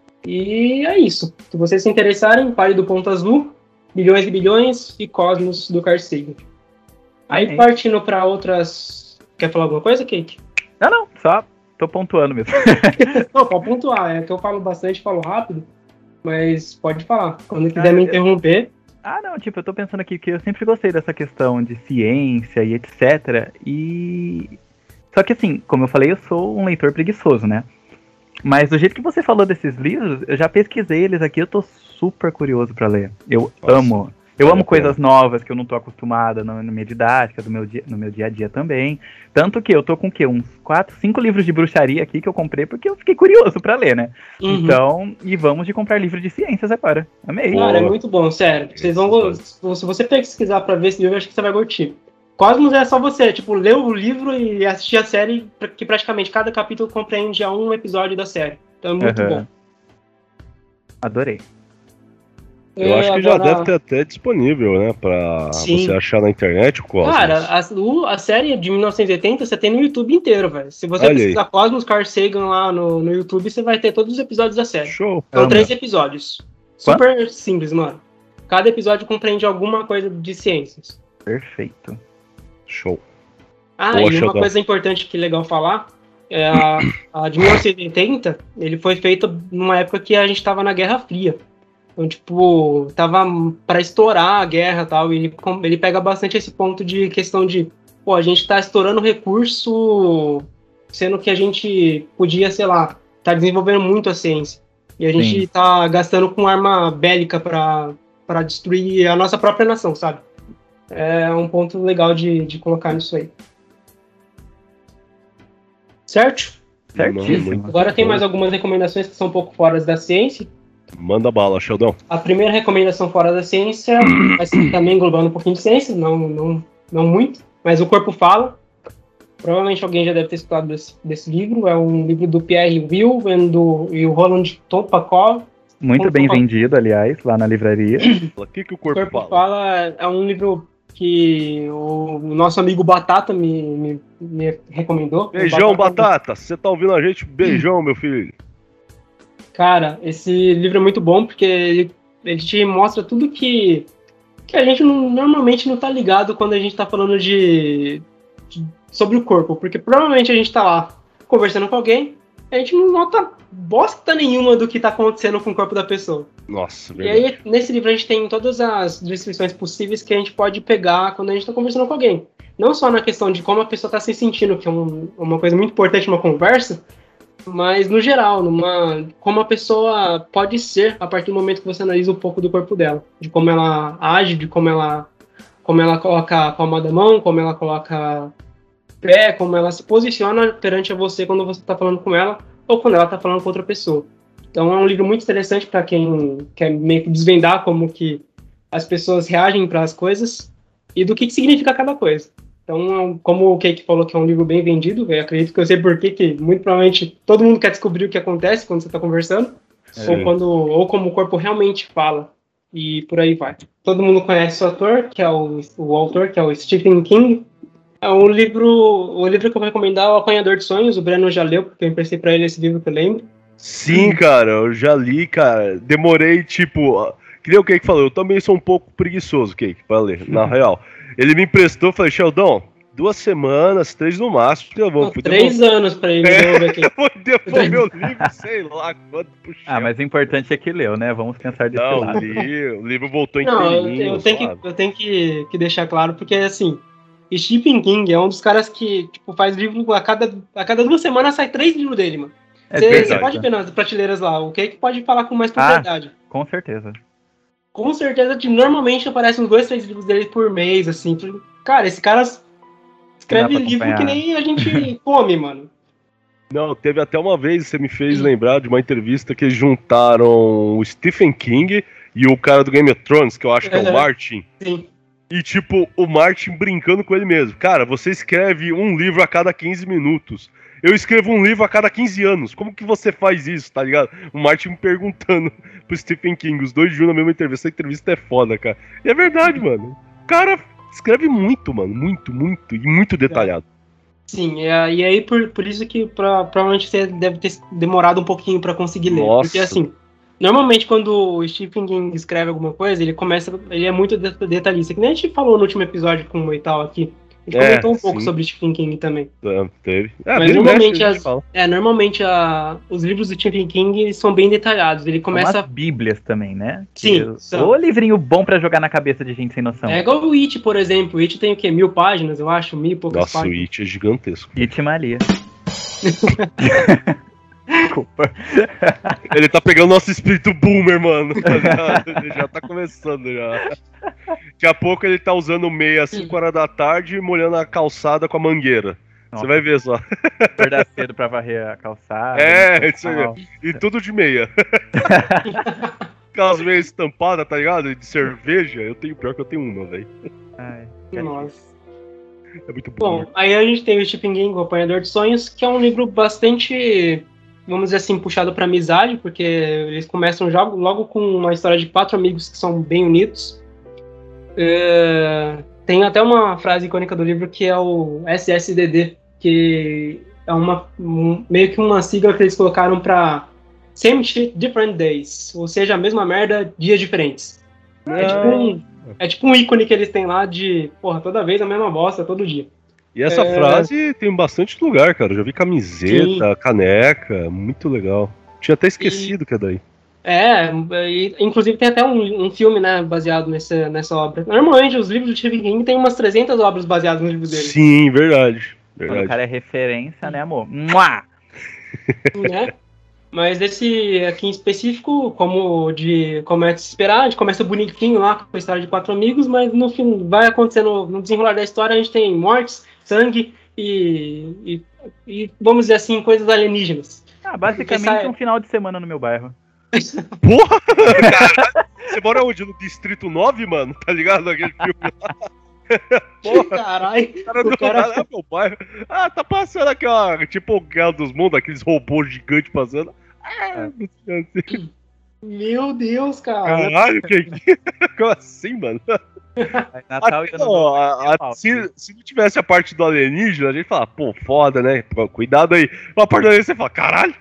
E é isso. Se vocês se interessarem, Pare do Ponto Azul, Bilhões e Bilhões e Cosmos do Carl Sagan. Aí é. Partindo pra outras... Quer falar alguma coisa, Kate? Não, não. Só tô pontuando mesmo. Não, pode pontuar. É que eu falo bastante, falo rápido. Mas pode falar. Quando quiser ah, me interromper... Ah, não. Tipo, eu tô pensando aqui que eu sempre gostei dessa questão de ciência e etcétera. E... Só que assim, como eu falei, eu sou um leitor preguiçoso, né? Mas do jeito que você falou desses livros, eu já pesquisei eles aqui, eu tô super curioso pra ler. Eu Nossa. amo. Eu amo coisas novas que eu não tô acostumada na minha didática, do meu dia, no meu dia a dia também. Tanto que eu tô com o quê? Uns quatro, cinco livros de bruxaria aqui que eu comprei porque eu fiquei curioso pra ler, né? Uhum. Então, e vamos de comprar livro de ciências agora. Amei. Cara, é muito bom, sério. Vocês vão, se você pesquisar pra ver esse livro, eu acho que você vai curtir. Cosmos é só você, tipo, ler o livro e assistir a série, que praticamente cada capítulo compreende a um episódio da série. Então é muito uhum. bom. Adorei. Eu é, acho que agora... já deve ter até disponível, né, pra Sim. você achar na internet o Cosmos. Cara, a, a série de mil novecentos e oitenta você tem no YouTube inteiro, velho. Se você Olha pesquisar aí. Cosmos Carl Sagan lá no, no YouTube, você vai ter todos os episódios da série. Show. São três episódios. Super Quanto? Simples, mano. Cada episódio compreende alguma coisa de ciências. Perfeito. Show. Ah, Boa, e uma coisa importante que é legal falar É, a, a de mil novecentos e oitenta, ele foi feito numa época que a gente estava na Guerra Fria. Então, tipo, tava para estourar a guerra e tal, e ele, ele pega bastante esse ponto de questão de, pô, a gente tá estourando recurso, sendo que a gente podia, sei lá, tá desenvolvendo muito a ciência. E a gente Sim. tá gastando com arma bélica para para destruir a nossa própria nação, sabe? É um ponto legal de, de colocar nisso aí. Certo? Certíssimo. Agora tem mais algumas recomendações que são um pouco fora da ciência. Manda bala, Sheldon. A primeira recomendação fora da ciência, vai ser também englobando um pouquinho de ciência, não, não, não muito, mas O Corpo Fala. Provavelmente alguém já deve ter escutado desse, desse livro. É um livro do Pierre Will e do e o Roland Topakov. Muito bem vendido, aliás, lá na livraria. O que, que o Corpo, o Corpo Fala? Fala é um livro que o nosso amigo Batata me, me, me recomendou. Beijão, Batata! Você tá ouvindo a gente? Beijão, meu filho. Cara, esse livro é muito bom porque ele, ele te mostra tudo que, que a gente não, normalmente não tá ligado quando a gente tá falando de, de sobre o corpo. Porque provavelmente a gente tá lá conversando com alguém, a gente não nota bosta nenhuma do que tá acontecendo com o corpo da pessoa. Nossa, verdade. E aí, nesse livro, a gente tem todas as descrições possíveis que a gente pode pegar quando a gente tá conversando com alguém. Não só na questão de como a pessoa tá se sentindo, que é um, uma coisa muito importante numa conversa, mas no geral, numa, como a pessoa pode ser a partir do momento que você analisa um pouco do corpo dela. De como ela age, de como ela, como ela coloca a palma da mão, como ela coloca o pé, como ela se posiciona perante a você quando você tá falando com ela, ou quando ela tá falando com outra pessoa. Então é um livro muito interessante para quem quer meio que desvendar como que as pessoas reagem para as coisas e do que, que significa cada coisa. Então, como o Cake falou que é um livro bem vendido, eu acredito que eu sei por quê, que muito provavelmente todo mundo quer descobrir o que acontece quando você está conversando, é. ou, quando, ou como o corpo realmente fala, e por aí vai. Todo mundo conhece o autor, que é o, o autor, que é o Stephen King. É um livro, o livro que eu vou recomendar é O Apanhador de Sonhos, o Breno já leu, porque eu emprestei para ele esse livro que eu lembro. Sim, cara, eu já li, cara. Demorei, tipo... Que nem o Cake falou, eu também sou um pouco preguiçoso, Cake, pra ler, na real. Ele me emprestou, eu falei, Sheldon, duas semanas, três no máximo, que eu vou... Não, três devolver... anos pra ele devolver aqui. Eu vou devolver o livro, sei lá quanto pro Ah, mas o importante é que leu, né? Vamos pensar desse Não, lado. Li, o livro voltou Não, inteirinho, eu, eu tenho, que, eu tenho que, que deixar claro, porque, assim, Stephen King é um dos caras que, tipo, faz livro a cada, a cada duas semanas sai três livros dele, mano. É você, verdade, você pode né? ver nas prateleiras lá, o que pode falar com mais propriedade. Ah, com certeza. Com certeza, de, normalmente aparecem uns dois, três livros dele por mês, assim. Cara, esse cara escreve livro que nem a gente come, mano. Não, teve até uma vez, você me fez lembrar de uma entrevista que eles juntaram o Stephen King e o cara do Game of Thrones, que eu acho que é o Martin. Sim. E, tipo, o Martin brincando com ele mesmo. Cara, você escreve um livro a cada quinze minutos. Eu escrevo um livro a cada quinze anos. Como que você faz isso, tá ligado? O Martin me perguntando pro Stephen King. Os dois juntos na mesma entrevista. Essa entrevista é foda, cara. E é verdade, mano. O cara escreve muito, mano. Muito, muito. E muito detalhado. Sim, e aí por, por isso que pra, provavelmente você deve ter demorado um pouquinho pra conseguir ler. Nossa. Porque, assim, normalmente quando o Stephen King escreve alguma coisa, ele começa... Ele é muito detalhista. Que nem a gente falou no último episódio com o Moital aqui. A gente É, comentou um pouco sim. sobre Stephen King também. É, teve. É, Mas vira e normalmente, mexe, a gente as, fala. é, normalmente a, os livros do Stephen King são bem detalhados. Ele começa... São as bíblias também, né? Sim, Que, são. Ô livrinho bom pra jogar na cabeça de gente sem noção. É igual o It, por exemplo. O It tem o quê? Mil páginas, eu acho? Mil e poucas Nossa, o páginas. It é gigantesco. It Maria. Desculpa. Ele tá pegando nosso espírito boomer, mano. Tá ligado? Ele já tá começando já. Daqui a pouco ele tá usando meia às cinco horas da tarde e molhando a calçada com a mangueira. Você vai ver só. Acordar cedo pra varrer a calçada. É, isso aí. Nossa. E tudo de meia. Aquelas meias estampadas, tá ligado? De cerveja. Eu tenho pior que eu tenho uma, velho. Ai, Nossa. É muito bom. Bom, aí a gente tem o Stephen King, O Apanhador de Sonhos, que é um livro bastante, vamos dizer assim, puxado pra amizade, porque eles começam já, logo com uma história de quatro amigos que são bem unidos. É, tem até uma frase icônica do livro que é o S S D D, que é uma, um, meio que uma sigla que eles colocaram pra Same Shit, Different Days, ou seja, a mesma merda, dias diferentes. É tipo um, é tipo um ícone que eles têm lá de, porra, toda vez a mesma bosta, todo dia. E essa É. frase tem bastante lugar, cara. Eu já vi camiseta, Sim. caneca, muito legal. Tinha até esquecido que é daí. É, e, inclusive tem até um, um filme, né, baseado nessa, nessa obra. Normalmente os livros do Stephen King tem umas trezentas obras baseadas no livro dele, Sim, verdade. Quando o Verdade. cara é referência, né, amor? Mua! né? Mas esse aqui em específico, como de como é de se esperar, a gente começa bonitinho lá com a história de quatro amigos, mas no fim vai acontecendo, no desenrolar da história, a gente tem mortes, sangue e, e, e vamos dizer assim, coisas alienígenas. Ah, basicamente sai- um final de semana no meu bairro. Porra! Cara, você mora onde? No Distrito nove, mano? Tá ligado? Aquele filme lá. Porra, Caralho, o cara o do cara- nada, ah, meu bairro. Ah, tá passando aqui, ó. Tipo o Guerra dos Mundos, aqueles robôs gigantes passando. Ah, assim. meu Deus, cara. Caralho, que como assim, mano? Aí, Natal Até, e Ano ó, Novo, a- é a- pau. se, se não tivesse a parte do alienígena, a gente fala, pô, foda, né? Pô, cuidado aí. A parte do alienígena você fala, caralho.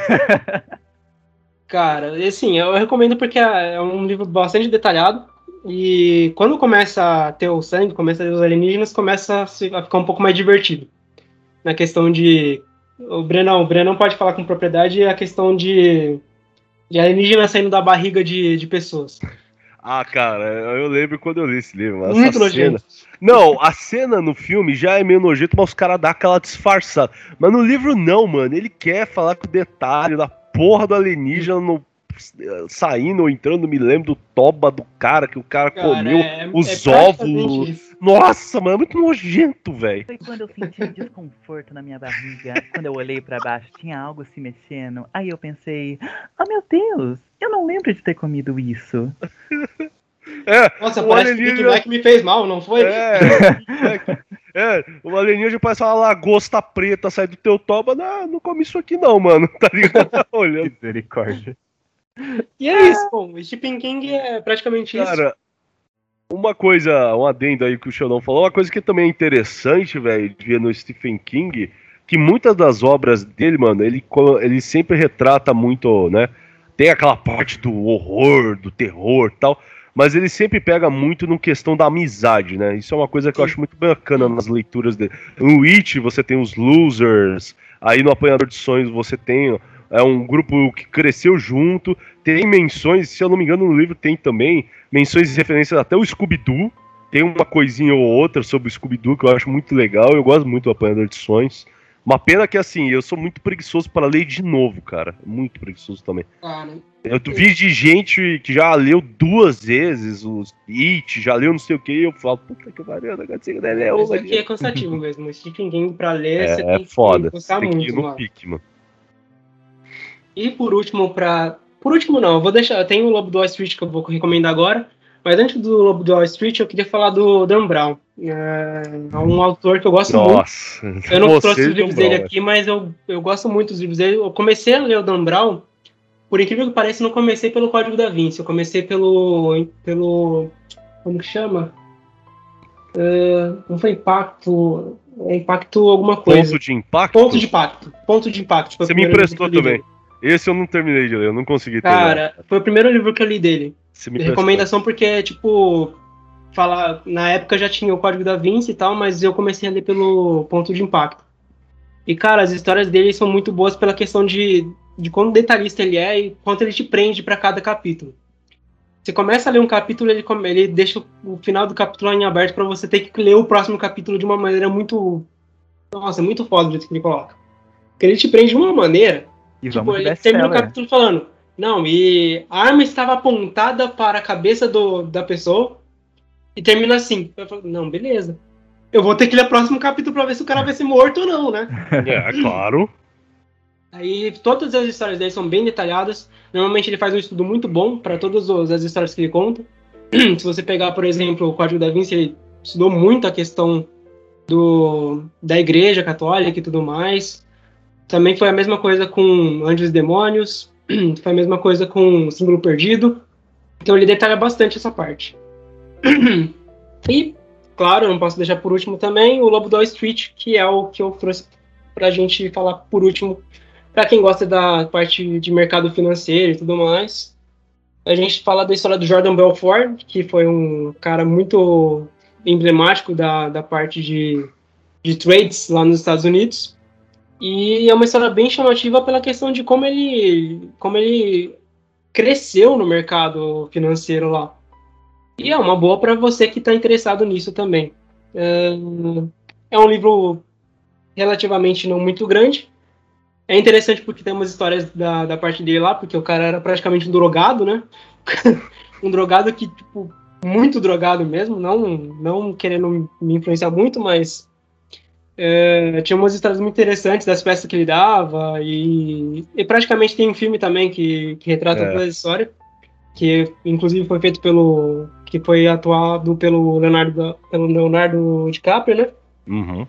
Cara, e assim, eu recomendo porque é um livro bastante detalhado e quando começa a ter o sangue, começa a ter os alienígenas, começa a, se- a ficar um pouco mais divertido. Na questão de... O Brenão, o Brenão pode falar com propriedade a questão de, de alienígenas saindo da barriga de, de pessoas. Ah, cara, eu lembro quando eu li esse livro. Essa Muito cena... nojento. Não, a cena no filme já é meio nojento, mas os caras dão aquela disfarçada. Mas no livro não, mano. Ele quer falar com o detalhe da porra do alienígena no... saindo ou entrando, me lembro do toba do cara, que o cara, Cara, comeu é- os é praticamente ovos. isso. Nossa, mano, é muito nojento, velho. Foi quando eu senti desconforto na minha barriga. Quando eu olhei pra baixo, tinha algo se mexendo. Aí eu pensei, oh meu Deus, eu não lembro de ter comido isso. É, Nossa, o parece que o Big alienígena... Mac me fez mal, não foi? É, é, o alienígena parece uma lagosta preta sai do teu toba. Não, não come isso aqui não, mano. Tá ligado? Olhando. Misericórdia. E é isso, bom, o Stephen King é praticamente isso. Cara, uma coisa, um adendo aí que o Sheldon falou, uma coisa que também é interessante, velho, de ver no Stephen King, que muitas das obras dele, mano, ele, co- ele sempre retrata muito, né? Tem aquela parte do horror, do terror e tal, mas ele sempre pega muito no questão da amizade, né? Isso é uma coisa que eu Sim. acho muito bacana nas leituras dele. No It você tem os Losers, aí no Apanhador de Sonhos você tem é um grupo que cresceu junto, tem menções, se eu não me engano no livro tem também, menções e referências até o Scooby-Doo, tem uma coisinha ou outra sobre o Scooby-Doo que eu acho muito legal, eu gosto muito do Apanhador de Sonhos. Uma pena que, assim, eu sou muito preguiçoso para ler de novo, cara. Muito preguiçoso também. Cara, Eu vi de gente que já leu duas vezes os It, já leu não sei o que, e eu falo, puta que pariu, não consigo ler isso uma. aqui é cansativo mesmo. O Stephen King, pra ler, você É, tem é que foda. gostar Tem que ir muito, no mano. pique, mano. E por último, pra... Por último, não, eu vou deixar... Tem o Lobo do Wall Street que eu vou recomendar agora, mas antes do Lobo do Wall Street, eu queria falar do Dan Brown. É um autor que eu gosto muito. Nossa. Eu não você trouxe os e livros Tom Brown, dele aqui, mas eu, eu gosto muito dos livros dele. Eu comecei a ler o Dan Brown, por incrível que pareça, não comecei pelo Código da Vinci, eu comecei pelo... pelo como que chama? Uh, não foi Impacto... É Impacto alguma coisa. Ponto de impacto? Ponto de Impacto. Ponto de Impacto. Foi o Você me primeiro livro emprestou que eu li também. dele. Esse eu não terminei de ler, eu não consegui Cara, foi o primeiro livro que eu li dele. Você me emprestou. Recomendação porque, tipo, falar, na época já tinha o Código da Vinci e tal, mas eu comecei a ler pelo Ponto de Impacto. E, cara, as histórias dele são muito boas pela questão de, de quão detalhista ele é e quanto ele te prende pra cada capítulo. Você começa a ler um capítulo, ele, come- ele deixa o final do capítulo em aberto pra você ter que ler o próximo capítulo de uma maneira muito... Nossa, muito foda o jeito que ele coloca. Porque ele te prende de uma maneira... E Tipo, vamos de ele termina o best-seller. capítulo falando, não, e a arma estava apontada para a cabeça do, da pessoa e termina assim. Eu falo, não, beleza. Eu vou ter que ler o próximo capítulo para ver se o cara vai ser morto ou não, né? É, claro. Aí todas as histórias dele são bem detalhadas. Normalmente ele faz um estudo muito bom para todas os- as histórias que ele conta. Se você pegar, por exemplo, o Código da Vinci, ele estudou muito a questão do, da Igreja Católica e tudo mais. Também foi a mesma coisa com Anjos e Demônios, foi a mesma coisa com Símbolo Perdido. Então ele detalha bastante essa parte. E, claro, eu não posso deixar por último também o Lobo do Wall Street, que é o que eu trouxe pra gente falar por último, pra quem gosta da parte de mercado financeiro e tudo mais. A gente fala da história do Jordan Belfort, que foi um cara muito emblemático da, da parte de, de trades lá nos Estados Unidos. E é uma história bem chamativa pela questão de como ele, como ele cresceu no mercado financeiro lá. E é uma boa para você que está interessado nisso também. É, é um livro relativamente não muito grande. É interessante porque tem umas histórias da, da parte dele lá, porque o cara era praticamente um drogado, né? Um drogado que, tipo, muito drogado mesmo, não, não querendo me influenciar muito, mas é, tinha umas histórias muito interessantes das peças que ele dava, e, e praticamente tem um filme também que, que retrata É. toda a história, que inclusive foi feito pelo, que foi atuado pelo Leonardo, pelo Leonardo DiCaprio, né? Uhum.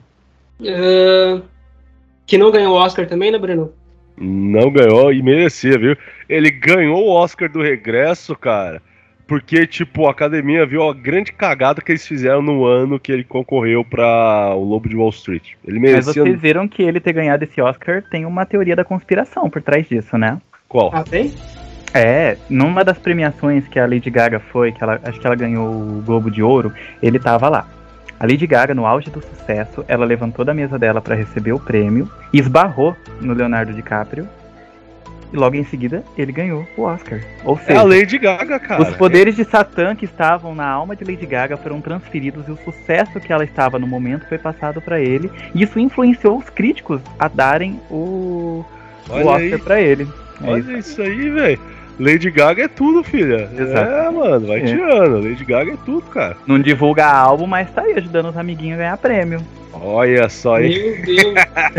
É, que não ganhou o Oscar também, né, Breno? Não ganhou e merecia, viu? Ele ganhou o Oscar do Regresso, cara, porque, tipo, a academia viu a grande cagada que eles fizeram no ano que ele concorreu pra o Lobo de Wall Street. Ele Mas merecia... vocês viram que ele ter ganhado esse Oscar tem uma teoria da conspiração por trás disso, né? Qual? Ah, tem? É, numa das premiações que a Lady Gaga foi, que ela, acho que ela ganhou o Globo de Ouro, ele tava lá. A Lady Gaga, no auge do sucesso, ela levantou da mesa dela para receber o prêmio, esbarrou no Leonardo DiCaprio, e logo em seguida ele ganhou o Oscar. Ou É seja, a Lady Gaga, cara. os poderes de Satã que estavam na alma de Lady Gaga foram transferidos e o sucesso que ela estava no momento foi passado para ele. E isso influenciou os críticos a darem o, o Olha Oscar aí. para ele. É Olha isso aí, velho. Lady Gaga é tudo, filha. Exato. É, mano, vai É. tirando. Lady Gaga é tudo, cara. Não divulga álbum, mas tá aí ajudando os amiguinhos a ganhar prêmio. Olha só aí. Meu Deus.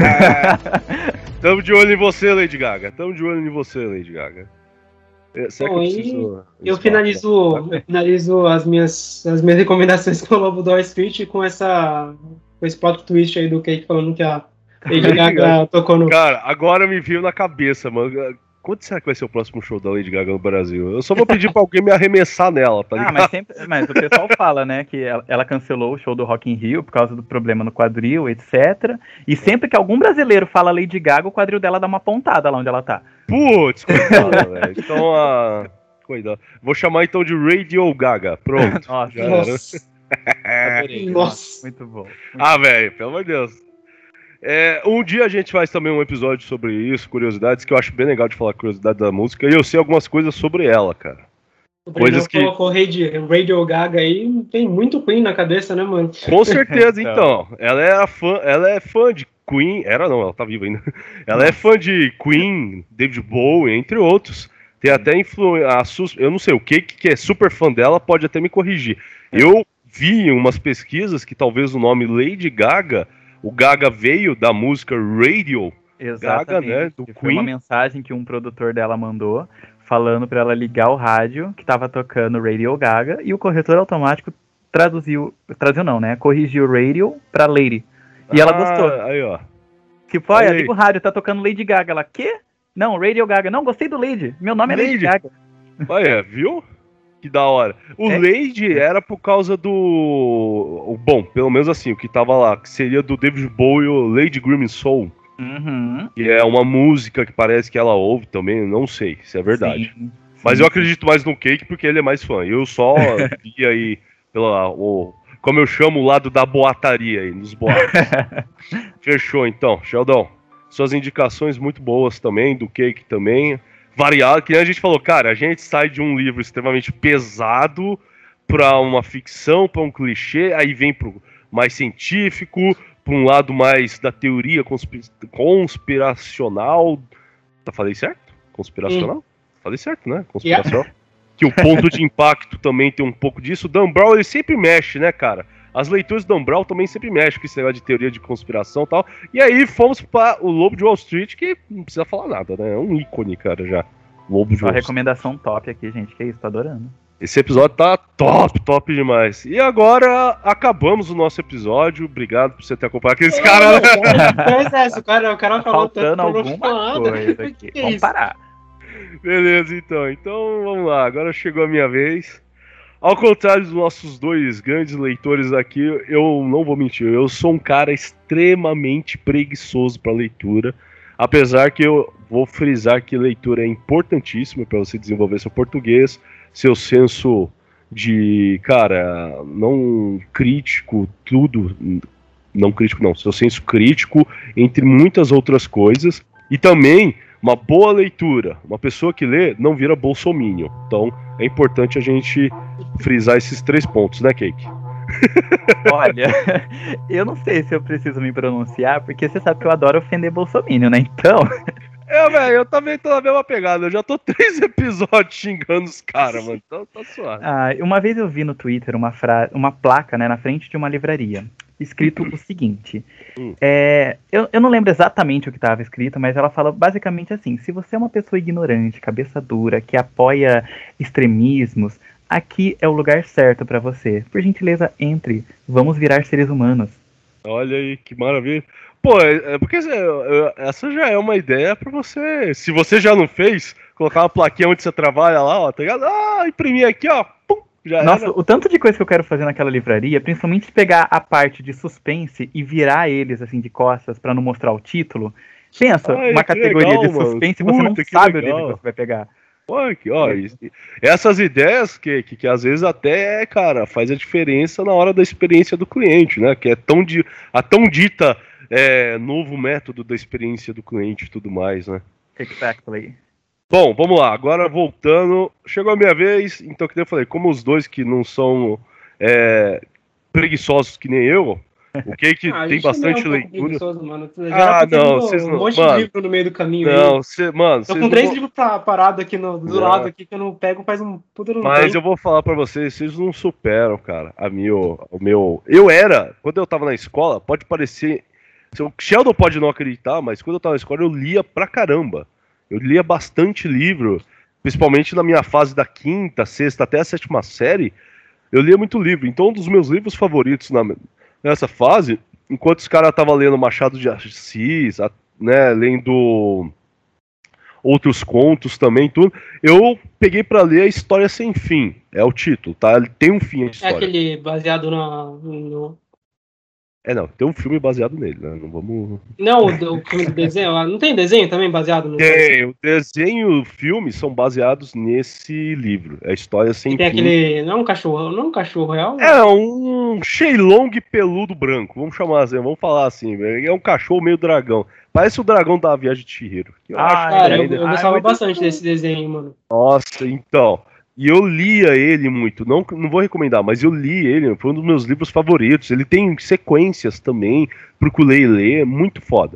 Tamo de olho em você, Lady Gaga. Tamo de olho em você, Lady Gaga. É, será Bom, que eu e preciso... Eu finalizo, eu finalizo as, minhas, as minhas recomendações com o Lobo do Wall Street com, essa, com esse plot twist aí do Cake falando que a Lady Gaga tocou no... Cara, agora me veio na cabeça, mano. Quando será que vai ser o próximo show da Lady Gaga no Brasil? Eu só vou pedir pra alguém me arremessar nela, tá Ah, ligado? mas, sempre, mas o pessoal fala, né, que ela, ela cancelou o show do Rock in Rio por causa do problema no quadril, etcétera. E sempre que algum brasileiro fala Lady Gaga, o quadril dela dá uma pontada lá onde ela tá. Putz, coitada, velho. Então, a... Cuidado. Vou chamar então de Radio Gaga. Pronto. Nossa, Já era. Nossa. adorei. Nossa. Muito bom. Ah, velho, pelo amor de Deus. É, um dia a gente faz também um episódio sobre isso, curiosidades, que eu acho bem legal de falar curiosidade da música, e eu sei algumas coisas sobre ela, cara. O Coisas Breno que- colocou Radio, Radio Gaga aí, tem muito Queen na cabeça, né, mano? Com certeza, Então. então. Ela é, a fã, ela é fã de Queen. Era não, ela tá viva ainda. Ela é fã de Queen, David Bowie, entre outros. Tem até influência. Eu não sei, o que que é super fã dela pode até me corrigir. Eu vi em umas pesquisas que talvez o nome Lady Gaga, o Gaga veio da música Radio. Exatamente. Gaga, né, do Que foi uma Queen. mensagem que um produtor dela mandou, falando pra ela ligar o rádio, que tava tocando Radio Gaga, e o corretor automático traduziu, traduziu não, né, corrigiu Radio pra Lady. E ela Ah, gostou. Aí, ó. Tipo, olha, olha aí. liga o rádio, tá tocando Lady Gaga. Ela, quê? Não, Radio Gaga. Não, gostei do Lady. Meu nome é Lady, Lady. Gaga. Olha, viu? Que da hora. O É. Lady era por causa do... o Bom, pelo menos assim, o que tava lá, que seria do David Bowie, o Lady Grim Soul. Uhum. Que é uma música que parece que ela ouve também, não sei se é verdade. Sim, Mas sim. eu acredito mais no Cake porque ele é mais fã. Eu só vi aí, pela, o, como eu chamo, o lado da boataria aí, nos boatos. Fechou então, Sheldon. Suas indicações muito boas também, do Cake também. Variado, que nem a gente falou, cara, a gente sai de um livro extremamente pesado pra uma ficção, pra um clichê, aí vem pro mais científico, pra um lado mais da teoria conspi- conspiracional. Tá, falei certo? Conspiracional? Falei certo, né? Conspiracional. Que o ponto de impacto também tem um pouco disso. O Dan Brown, ele sempre mexe, né, cara? As leituras do Dan Brown também sempre mexem com esse negócio de teoria de conspiração e tal. E aí fomos para o Lobo de Wall Street, que não precisa falar nada, né? É um ícone, cara, já. Lobo de Só Wall Street. recomendação top aqui, gente. Que isso, tô adorando. Esse episódio tá top, top demais. E agora acabamos o nosso episódio. Obrigado por você ter acompanhado aqueles caras. Pois é, o cara, o cara Tá falou tanto faltando pra não alguma falar nada. coisa aqui. Que Vamos isso? parar. Beleza, então. Então vamos lá. Agora chegou a minha vez. Ao contrário dos nossos dois grandes leitores aqui, eu não vou mentir. Eu sou um cara extremamente preguiçoso para leitura. Apesar que eu vou frisar que leitura é importantíssima para você desenvolver seu português, seu senso de, cara, não crítico, tudo. não crítico não, seu senso crítico, entre muitas outras coisas, e também uma boa leitura. Uma pessoa que lê não vira bolsominion. Então é importante a gente frisar esses três pontos, né, Cake? Olha, eu não sei se eu preciso me pronunciar, porque você sabe que eu adoro ofender bolsominion, né? Então... É, velho, eu também tô na mesma pegada. Eu já tô três episódios xingando os caras, mano. Então tá suave. Ah, uma vez eu vi no Twitter uma, fra... uma placa, né, na frente de uma livraria, escrito o seguinte. Hum. É, eu, eu não lembro exatamente o que estava escrito, mas ela fala basicamente assim: se você é uma pessoa ignorante, cabeça dura, que apoia extremismos, aqui é o lugar certo pra você. Por gentileza, entre. Vamos virar seres humanos. Olha aí, que maravilha. Pô, é, é porque é, essa já é uma ideia pra você. Se você já não fez, colocar uma plaquinha onde você trabalha lá, ó, tá ligado? Ah, imprimir aqui, ó. Pum, já Nossa, era. o tanto de coisa que eu quero fazer naquela livraria, principalmente pegar a parte de suspense e virar eles assim de costas pra não mostrar o título. Pensa, Ai, uma que categoria legal, de suspense e mano. você não Puta, que sabe o legal. livro que você vai pegar. Pô, que, ó, isso- essas ideias que, que, que às vezes até, cara, faz a diferença na hora da experiência do cliente, né? Que é tão di, a tão dita é, novo método da experiência do cliente e tudo mais, né? Exactly. Bom, vamos lá, agora voltando, chegou a minha vez, então que eu falei, como os dois que não são é, preguiçosos que nem eu, o que que Ah, a tem gente não bastante é um pouco leitura. preguiçoso, mano. Já Ah, era pra ter não, lido vocês um não- monte mano, de livro no meio do caminho aí. Não, cê, mano, Tô vocês com não três vão- livros pra, parado aqui no, do Não. lado aqui que eu não pego faz um puta no Mas tempo. eu vou falar pra vocês, vocês não superam, cara, a meu, o meu... Eu era, quando eu tava na escola, pode parecer... O Sheldon pode não acreditar, mas quando eu tava na escola eu lia pra caramba. Eu lia bastante livro, principalmente na minha fase da quinta, sexta, até a sétima série, eu lia muito livro. Então um dos meus livros favoritos na, nessa fase, enquanto os caras estavam lendo Machado de Assis, a- né, lendo outros contos também, tudo, eu peguei pra ler A História Sem Fim, é o título, tá? Ele tem um fim a É história. aquele baseado na, no... É, não, tem um filme baseado nele, né? Não vamos... Não, o, do- o filme do desenho. lá. Não tem desenho também baseado no... Tem, o desenho e o filme são baseados nesse livro, É a História Sem Que tem Fim. aquele... Não é um cachorro, não é um cachorro real? É um Shenlong peludo branco, vamos chamar assim, vamos falar assim, velho. É um cachorro meio dragão. Parece o dragão da Viagem de Chihiro. Eu Ah, acho Cara, eu, que eu Ah, gostava muito bastante bom. desse desenho, mano. Nossa, então. E eu lia ele muito. Não, não vou recomendar, mas eu li ele. Foi um dos meus livros favoritos. Ele tem sequências também. Procurei ler. É muito foda.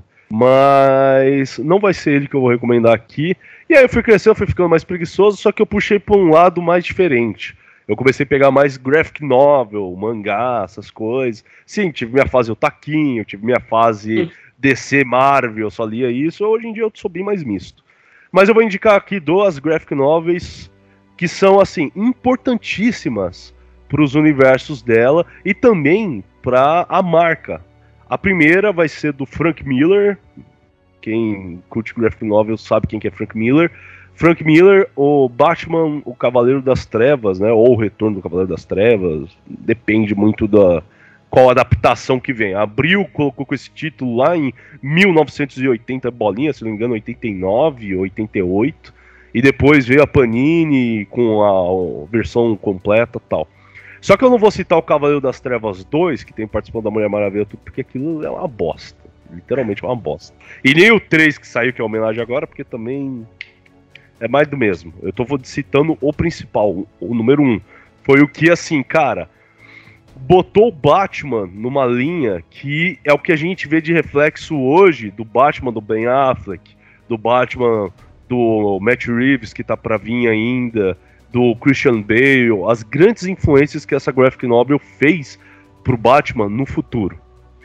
Mas não vai ser ele que eu vou recomendar aqui. E aí eu fui crescendo, fui ficando mais preguiçoso. Só que eu puxei pra um lado mais diferente. Eu comecei a pegar mais graphic novel, mangá, essas coisas. Sim, tive minha fase Otaquinho, tive minha fase D C Marvel, eu só lia isso. Hoje em dia eu sou bem mais misto. Mas eu vou indicar aqui duas graphic novels que são, assim, importantíssimas para os universos dela e também para a marca. A primeira vai ser do Frank Miller. Quem curte graphic novel sabe quem que é Frank Miller. Frank Miller, o Batman, o Cavaleiro das Trevas, né? Ou o Retorno do Cavaleiro das Trevas. Depende muito da qual adaptação que vem. Abril colocou com esse título lá em mil novecentos e oitenta, bolinha, se não me engano, oitenta e nove, oitenta e oito. E depois veio a Panini com a versão completa e tal. Só que eu não vou citar o Cavaleiro das Trevas dois, que tem participação da Mulher Maravilha, tudo, porque aquilo é uma bosta. Literalmente é uma bosta. E nem o três que saiu, que é a homenagem agora, porque também é mais do mesmo. Eu tô citando o principal, o, o número um. Foi o que, assim, cara, botou o Batman numa linha que é o que a gente vê de reflexo hoje do Batman do Ben Affleck, do Batman do Matt Reeves, que tá pra vir ainda, do Christian Bale, as grandes influências que essa graphic novel fez pro Batman no futuro.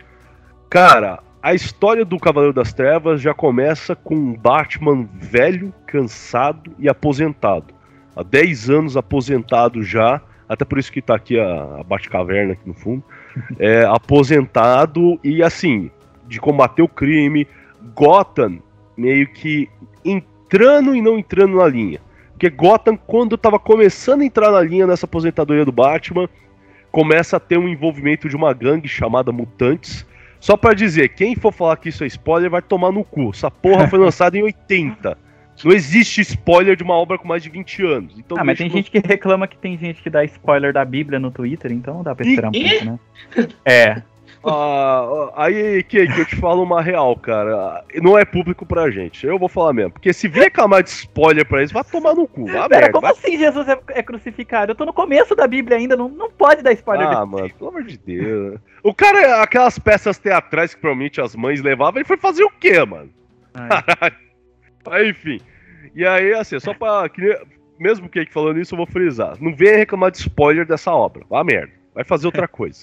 Cara, a história do Cavaleiro das Trevas já começa com um Batman velho, cansado e aposentado. Há dez anos aposentado já, até por isso que tá aqui a, a Batcaverna aqui no fundo, é, aposentado e assim, de combater o crime, Gotham meio que entrando e não entrando na linha. Porque Gotham, quando tava começando a entrar na linha nessa aposentadoria do Batman, começa a ter um envolvimento de uma gangue chamada Mutantes. Só pra dizer, quem for falar que isso é spoiler vai tomar no cu. Essa porra foi lançada em oitenta. Não existe spoiler de uma obra com mais de vinte anos. Então Ah, mas deixa tem no- gente que reclama que tem gente que dá spoiler da Bíblia no Twitter, então não dá pra esperar um Ih, pouco, né? É. Ah, aí, que eu te falo uma real, cara. Não é público pra gente. Eu vou falar mesmo. Porque se vier reclamar de spoiler pra eles, vai tomar no cu. Vai Pera, merda, como vai... assim Jesus é, é crucificado? Eu tô no começo da Bíblia ainda, não, não pode dar spoiler. Ah, desse mano, jeito. pelo amor de Deus. O cara, aquelas peças teatrais que provavelmente as mães levavam, ele foi fazer o quê, mano? Ai. Aí, enfim. E aí, assim, só pra... Mesmo que falando isso, eu vou frisar. Não venha reclamar de spoiler dessa obra. Vá merda. Vai fazer outra coisa.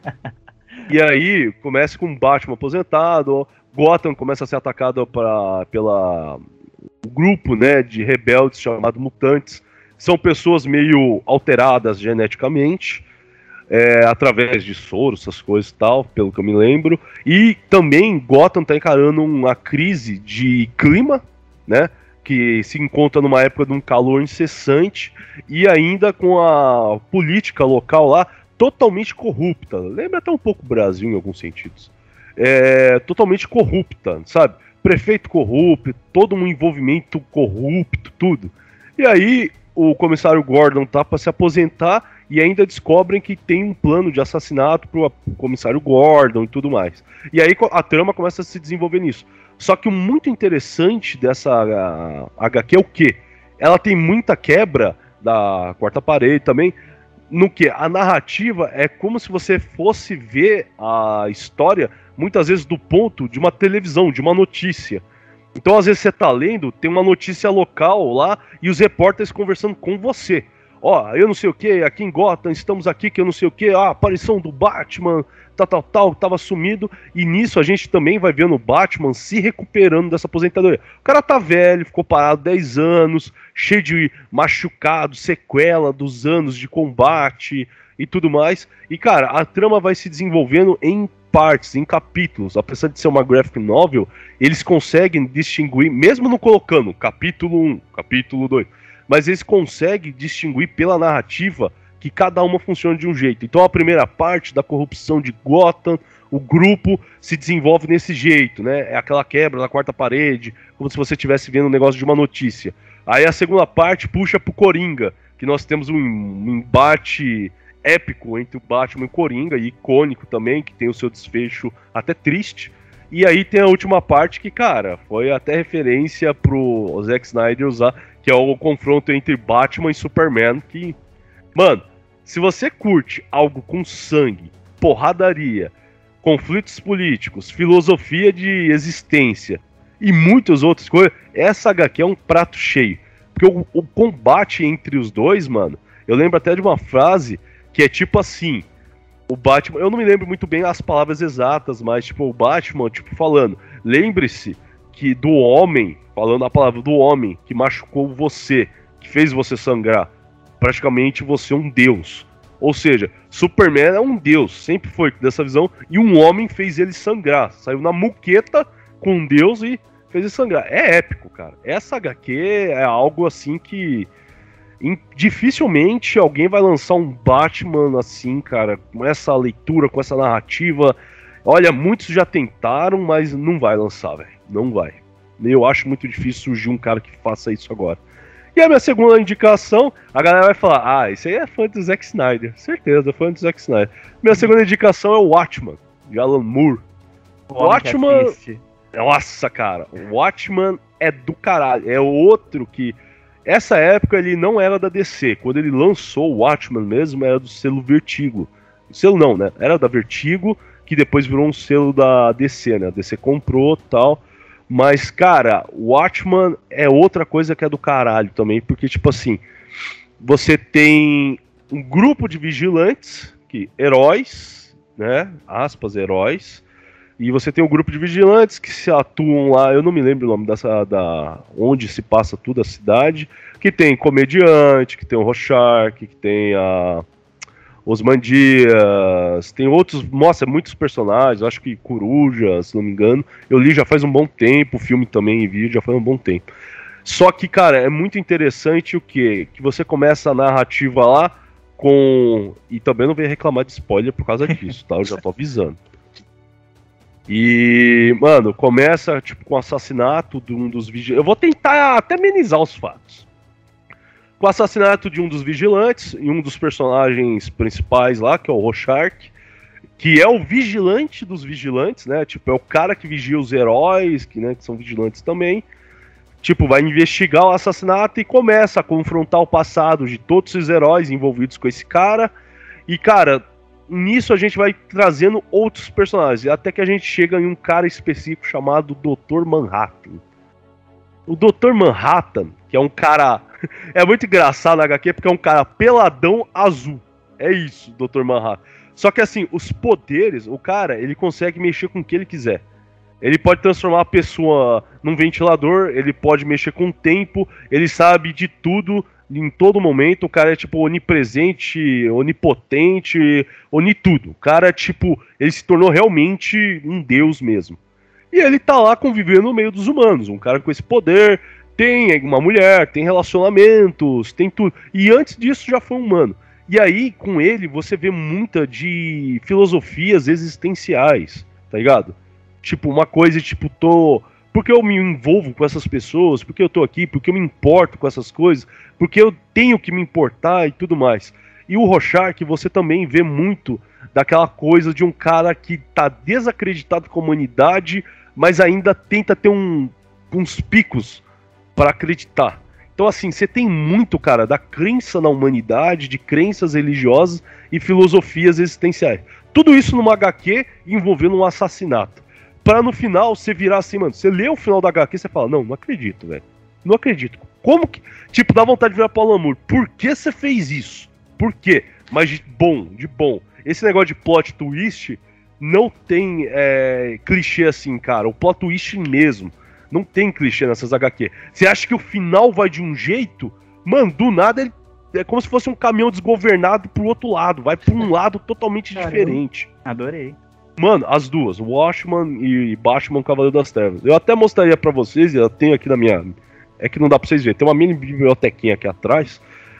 E aí, começa com o Batman aposentado, Gotham começa a ser atacado pra, pela um grupo, né, de rebeldes chamado Mutantes. São pessoas meio alteradas geneticamente, é, através de soro, essas coisas e tal, pelo que eu me lembro. E também Gotham tá encarando uma crise de clima, né, que se encontra numa época de um calor incessante e ainda com a política local lá totalmente corrupta. Lembra até um pouco o Brasil em alguns sentidos. É, totalmente corrupta, sabe? Prefeito corrupto, todo um envolvimento corrupto, tudo. E aí o comissário Gordon tá para se aposentar e ainda descobrem que tem um plano de assassinato pro comissário Gordon e tudo mais. E aí a trama começa a se desenvolver nisso. Só que o muito interessante dessa agá quê é o quê? Ela tem muita quebra da quarta parede também, no que a narrativa é como se você fosse ver a história, muitas vezes do ponto de uma televisão, de uma notícia. Então, às vezes você tá lendo, tem uma notícia local lá e os repórteres conversando com você. Ó, oh, eu não sei o que, aqui em Gotham, estamos aqui, que eu não sei o que, a aparição do Batman, tal, tal, tal, tava sumido. E nisso a gente também vai vendo o Batman se recuperando dessa aposentadoria. O cara tá velho, ficou parado dez anos, cheio de machucado, sequela dos anos de combate e tudo mais. E, cara, a trama vai se desenvolvendo em partes, em capítulos. Apesar de ser uma graphic novel, eles conseguem distinguir, mesmo não colocando capítulo um, capítulo dois, mas eles conseguem distinguir pela narrativa que cada uma funciona de um jeito. Então a primeira parte da corrupção de Gotham, o grupo se desenvolve nesse jeito, né? É aquela quebra da quarta parede, como se você estivesse vendo um negócio de uma notícia. Aí a segunda parte puxa pro Coringa, que nós temos um, um embate épico entre o Batman e o Coringa, e icônico também, que tem o seu desfecho até triste. E aí tem a última parte que, cara, foi até referência pro Zack Snyder usar, que é o confronto entre Batman e Superman, que, mano, se você curte algo com sangue, porradaria, conflitos políticos, filosofia de existência e muitas outras coisas, essa agá quê é um prato cheio. Porque o, o combate entre os dois, mano, eu lembro até de uma frase que é tipo assim, o Batman, eu não me lembro muito bem as palavras exatas, mas tipo, o Batman, tipo, falando, lembre-se que do homem, falando a palavra do homem que machucou você, que fez você sangrar, praticamente você é um deus. Ou seja, Superman é um deus, sempre foi dessa visão, e um homem fez ele sangrar, saiu na muqueta com um deus e fez ele sangrar. É épico, cara. Essa agá quê é algo assim que dificilmente alguém vai lançar um Batman assim, cara, com essa leitura, com essa narrativa. Olha, muitos já tentaram, mas não vai lançar, velho. Não vai. Eu acho muito difícil surgir um cara que faça isso agora. E a minha segunda indicação, a galera vai falar, ah, esse aí é fã do Zack Snyder. Certeza, fã do Zack Snyder. Minha segunda indicação é o Watchmen, de Alan Moore. O Watchmen... Nossa, cara, o Watchmen é do caralho. É outro que... Essa época ele não era da dê cê. Quando ele lançou o Watchmen mesmo, era do selo Vertigo. O selo não, né? Era da Vertigo, que depois virou um selo da dê cê, né? A dê cê comprou e tal. Mas, cara, o Watchmen é outra coisa que é do caralho também. Porque, tipo assim, você tem um grupo de vigilantes, que heróis, né? Aspas, heróis. E você tem um grupo de vigilantes que se atuam lá, eu não me lembro o nome dessa, da onde se passa tudo a cidade, que tem comediante, que tem o Rorschach, que tem a Osmandias, tem outros, mostra muitos personagens, acho que Coruja, se não me engano. Eu li já faz um bom tempo, o filme também em vídeo já faz um bom tempo. Só que, cara, é muito interessante o quê? Que você começa a narrativa lá com... E também não venho reclamar de spoiler por causa disso, tá? Eu já tô avisando. E, mano, começa tipo com o assassinato de um dos vigilantes. Eu vou tentar até amenizar os fatos. Com o assassinato de um dos vigilantes e um dos personagens principais lá, que é o Rorschach. que é o vigilante dos vigilantes, né? Tipo, é o cara que vigia os heróis, que, né, que são vigilantes também. Tipo, vai investigar o assassinato e começa a confrontar o passado de todos os heróis envolvidos com esse cara. E, cara, nisso a gente vai trazendo outros personagens, até que a gente chega em um cara específico chamado doutor Manhattan. O doutor Manhattan, que é um cara... é muito engraçado na agá quê, porque é um cara peladão azul. É isso, doutor Manhattan. Só que assim, os poderes, o cara, ele consegue mexer com o que ele quiser. Ele pode transformar a pessoa num ventilador, ele pode mexer com o tempo, ele sabe de tudo em todo momento. O cara é tipo onipresente, onipotente, onitudo. O cara é tipo, ele se tornou realmente um deus mesmo. E ele tá lá convivendo no meio dos humanos, um cara com esse poder, tem uma mulher, tem relacionamentos, tem tudo. E antes disso já foi um humano. E aí, com ele, você vê muita de filosofias existenciais, tá ligado? Tipo, uma coisa, tipo, tô... Porque eu me envolvo com essas pessoas, porque eu tô aqui, porque eu me importo com essas coisas, porque eu tenho que me importar e tudo mais. E o Rorschach, você também vê muito daquela coisa de um cara que tá desacreditado com a humanidade, mas ainda tenta ter um, uns picos para acreditar. Então, assim, você tem muito, cara, da crença na humanidade, de crenças religiosas e filosofias existenciais. Tudo isso numa agá quê envolvendo um assassinato. Pra no final você virar assim, mano, você lê o final da agá quê e você fala, não, não acredito, velho. Não acredito. Como que... Tipo, dá vontade de virar pro Alan Moore. Por que você fez isso? Por quê? Mas de bom, de bom. Esse negócio de plot twist não tem é, clichê assim, cara. O plot twist mesmo. Não tem clichê nessas agá quê. Você acha que o final vai de um jeito? Mano, do nada ele é como se fosse um caminhão desgovernado pro outro lado. Vai pra um lado totalmente Caramba. diferente. Adorei. Mano, as duas. Watchmen e Batman Cavaleiro das Trevas. Eu até mostraria pra vocês, eu tenho aqui na minha... É que não dá pra vocês verem. Tem uma mini bibliotequinha aqui atrás.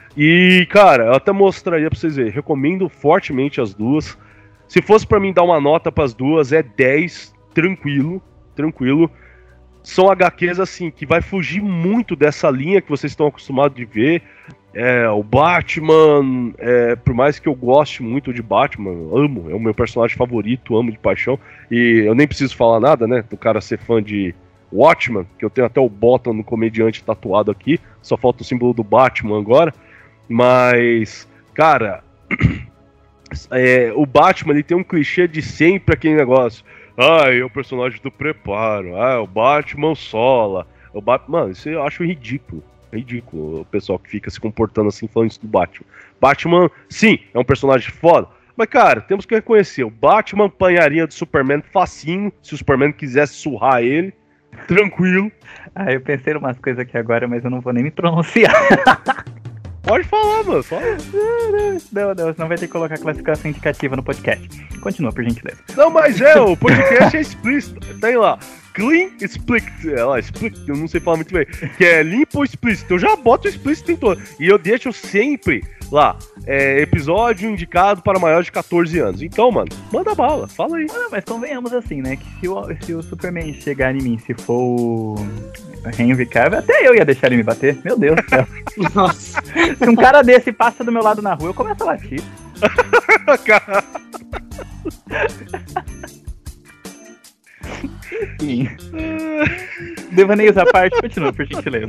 E, cara, eu até mostraria pra vocês verem. Recomendo fortemente as duas. Se fosse pra mim dar uma nota pras duas, é dez. Tranquilo. Tranquilo. São agá quês, assim, que vai fugir muito dessa linha que vocês estão acostumados de ver. É, o Batman, é, por mais que eu goste muito de Batman, amo, é o meu personagem favorito, amo de paixão. E eu nem preciso falar nada, né, do cara ser fã de Watchmen, que eu tenho até o Bottom no comediante tatuado aqui, só falta o símbolo do Batman agora. Mas, cara, é, o Batman, ele tem um clichê de sempre aquele negócio. Ah, é o personagem do preparo. Ah, o Batman sola. O Batman... Mano, isso eu acho ridículo. É ridículo o pessoal que fica se comportando assim, falando isso do Batman. Batman, sim, é um personagem foda. Mas, cara, temos que reconhecer. O Batman apanharia do Superman facinho, se o Superman quisesse surrar ele. Tranquilo. Ah, eu pensei em umas coisas aqui agora, mas eu não vou nem me pronunciar. Pode falar, mano. Fala. Não, não, senão vai ter que colocar classificação indicativa no podcast. Continua, por gentileza. Não, mas é, o podcast é explícito. Tem lá, clean explicit. É lá, explicit, eu não sei falar muito bem. Que é limpo ou explícito. Eu já boto explícito em todo. E eu deixo sempre lá, é, episódio indicado para maiores de catorze anos. Então, mano, manda bala, fala aí. Não, mas convenhamos assim, né? Que se o, se o Superman chegar em mim, se for o Henry Cavill, até eu ia deixar ele me bater. Meu Deus do céu. Nossa. Se um cara desse passa do meu lado na rua, eu começo a latir. Enfim. Devaneios à parte, continua, por gentileza.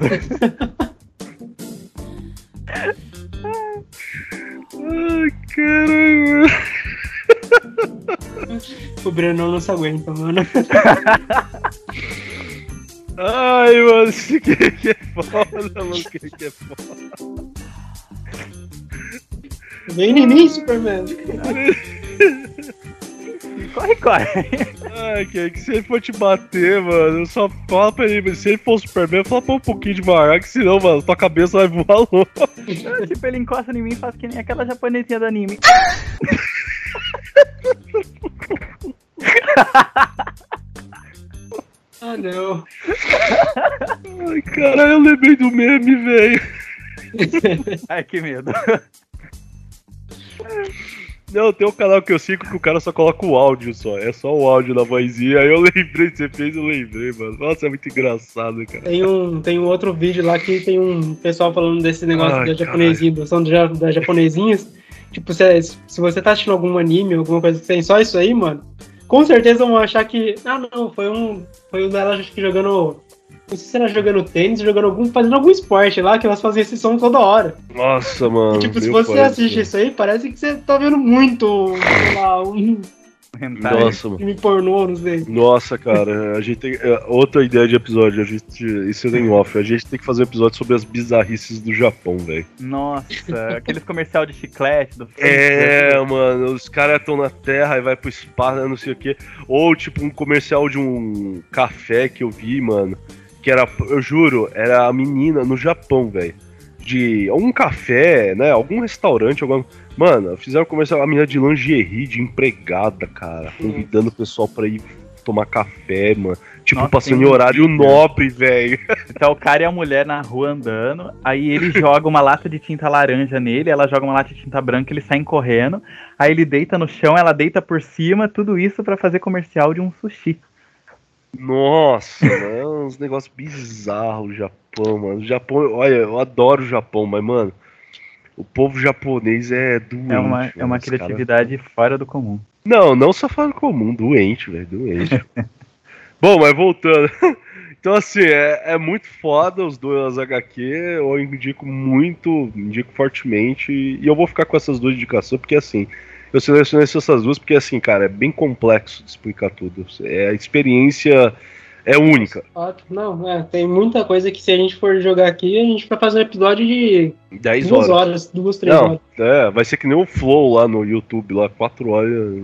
Ai, caramba. O Breno não se aguenta, mano. Ai, mano, esse que é foda, mano, que é foda. Vem em mim, Superman. Corre, corre. Ai, que, que se ele for te bater, mano, eu só falo pra ele, se ele for o Superman, fala pra um pouquinho devagar, que senão, mano, tua cabeça vai voar longe. Tipo, ele encosta em mim e faz que nem aquela japonesinha do anime. Ah, não. Ai, caralho, eu lembrei do meme, velho. Ai, que medo. Não, tem um canal que eu sigo que o cara só coloca o áudio só. É só o áudio da vozinha. Aí eu lembrei, você fez, eu lembrei, mano. Nossa, é muito engraçado, cara. Tem um, tem um outro vídeo lá que tem um pessoal falando desse negócio Ai, da japonesinha, do som das japonesinhas. tipo, se, se você tá assistindo algum anime, alguma coisa que tem só isso aí, mano, com certeza vão achar que, ah, não, foi um, foi um ela jogando, não sei se era jogando tênis, jogando algum, fazendo algum esporte lá, que elas faziam esse som toda hora. Nossa, mano. E, tipo, se você assiste isso aí, parece que você tá vendo muito, sei lá, um... Nossa, mano. Me pornô, não sei. Nossa, cara, a gente tem. Outra ideia de episódio, a gente. Isso é em off. A gente tem que fazer um episódio sobre as bizarrices do Japão, velho. Nossa, aqueles comercial de chiclete do É, mano, os caras estão na Terra e vai pro espaço, não sei o quê. Ou tipo um comercial de um café que eu vi, mano. Que era, eu juro, era a menina no Japão, velho. De um café, né? Algum restaurante, alguma. Mano, fizeram comercial a menina de lingerie, de empregada, cara. Convidando o pessoal pra ir tomar café, mano. Tipo, Nossa, passando em um horário vídeo. nobre, velho. Então o cara e a mulher na rua andando, aí ele joga uma lata de tinta laranja nele, ela joga uma lata de tinta branca, eles saem correndo, aí ele deita no chão, ela deita por cima, tudo isso pra fazer comercial de um sushi. Nossa, mano, uns negócios bizarros o Japão, mano. O Japão, olha, eu adoro o Japão, mas, mano, o povo japonês é doente. É uma, mano, é uma os criatividade caras... fora do comum. Não, não só fora do comum, doente, velho, doente. Bom, mas voltando. Então, assim, é, é muito foda os dois H Q, eu indico muito, indico fortemente, e eu vou ficar com essas duas indicações, porque, assim, eu selecionei essas duas porque, assim, cara, é bem complexo de explicar tudo. É, a experiência é única. Não, é, tem muita coisa que se a gente for jogar aqui, a gente vai fazer um episódio de dez duas horas. horas, duas, três Não, horas. É, vai ser que nem o Flow lá no YouTube, lá, quatro horas.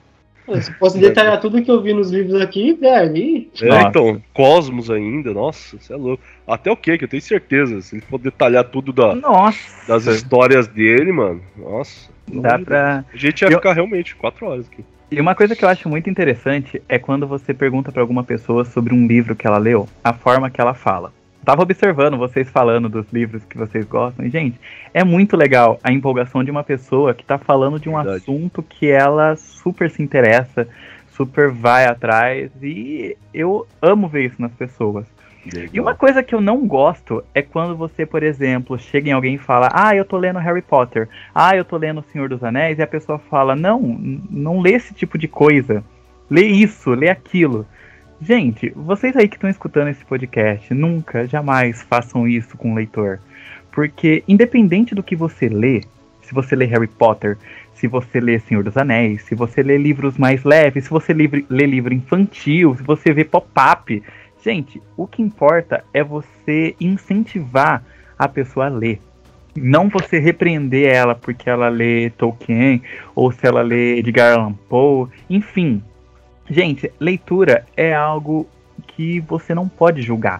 Se fosse detalhar tudo que eu vi nos livros aqui, velho. E... É, Nossa. então, Cosmos ainda, nossa, você é louco. Até o que, que eu tenho certeza, se ele for detalhar tudo da, Nossa! das histórias dele, mano, nossa. Dá pra... A gente ia Eu- ficar realmente quatro horas aqui. E uma coisa que eu acho muito interessante é quando você pergunta pra alguma pessoa sobre um livro que ela leu, a forma que ela fala. Tava observando vocês falando dos livros que vocês gostam, e, gente, é muito legal a empolgação de uma pessoa que tá falando de um Verdade. assunto que ela super se interessa, super vai atrás, e eu amo ver isso nas pessoas. E uma coisa que eu não gosto é quando você, por exemplo, chega em alguém e fala: ah, eu tô lendo Harry Potter, ah, eu tô lendo O Senhor dos Anéis, e a pessoa fala: não, n- não lê esse tipo de coisa, lê isso, lê aquilo. Gente, vocês aí que estão escutando esse podcast, nunca, jamais façam isso com o leitor. Porque independente do que você lê, se você lê Harry Potter, se você lê Senhor dos Anéis, se você lê livros mais leves, se você livre- lê livro infantil, se você vê pop-up, gente, o que importa é você incentivar a pessoa a ler. Não você repreender ela porque ela lê Tolkien, ou se ela lê Edgar Allan Poe, enfim. Gente, leitura é algo que você não pode julgar.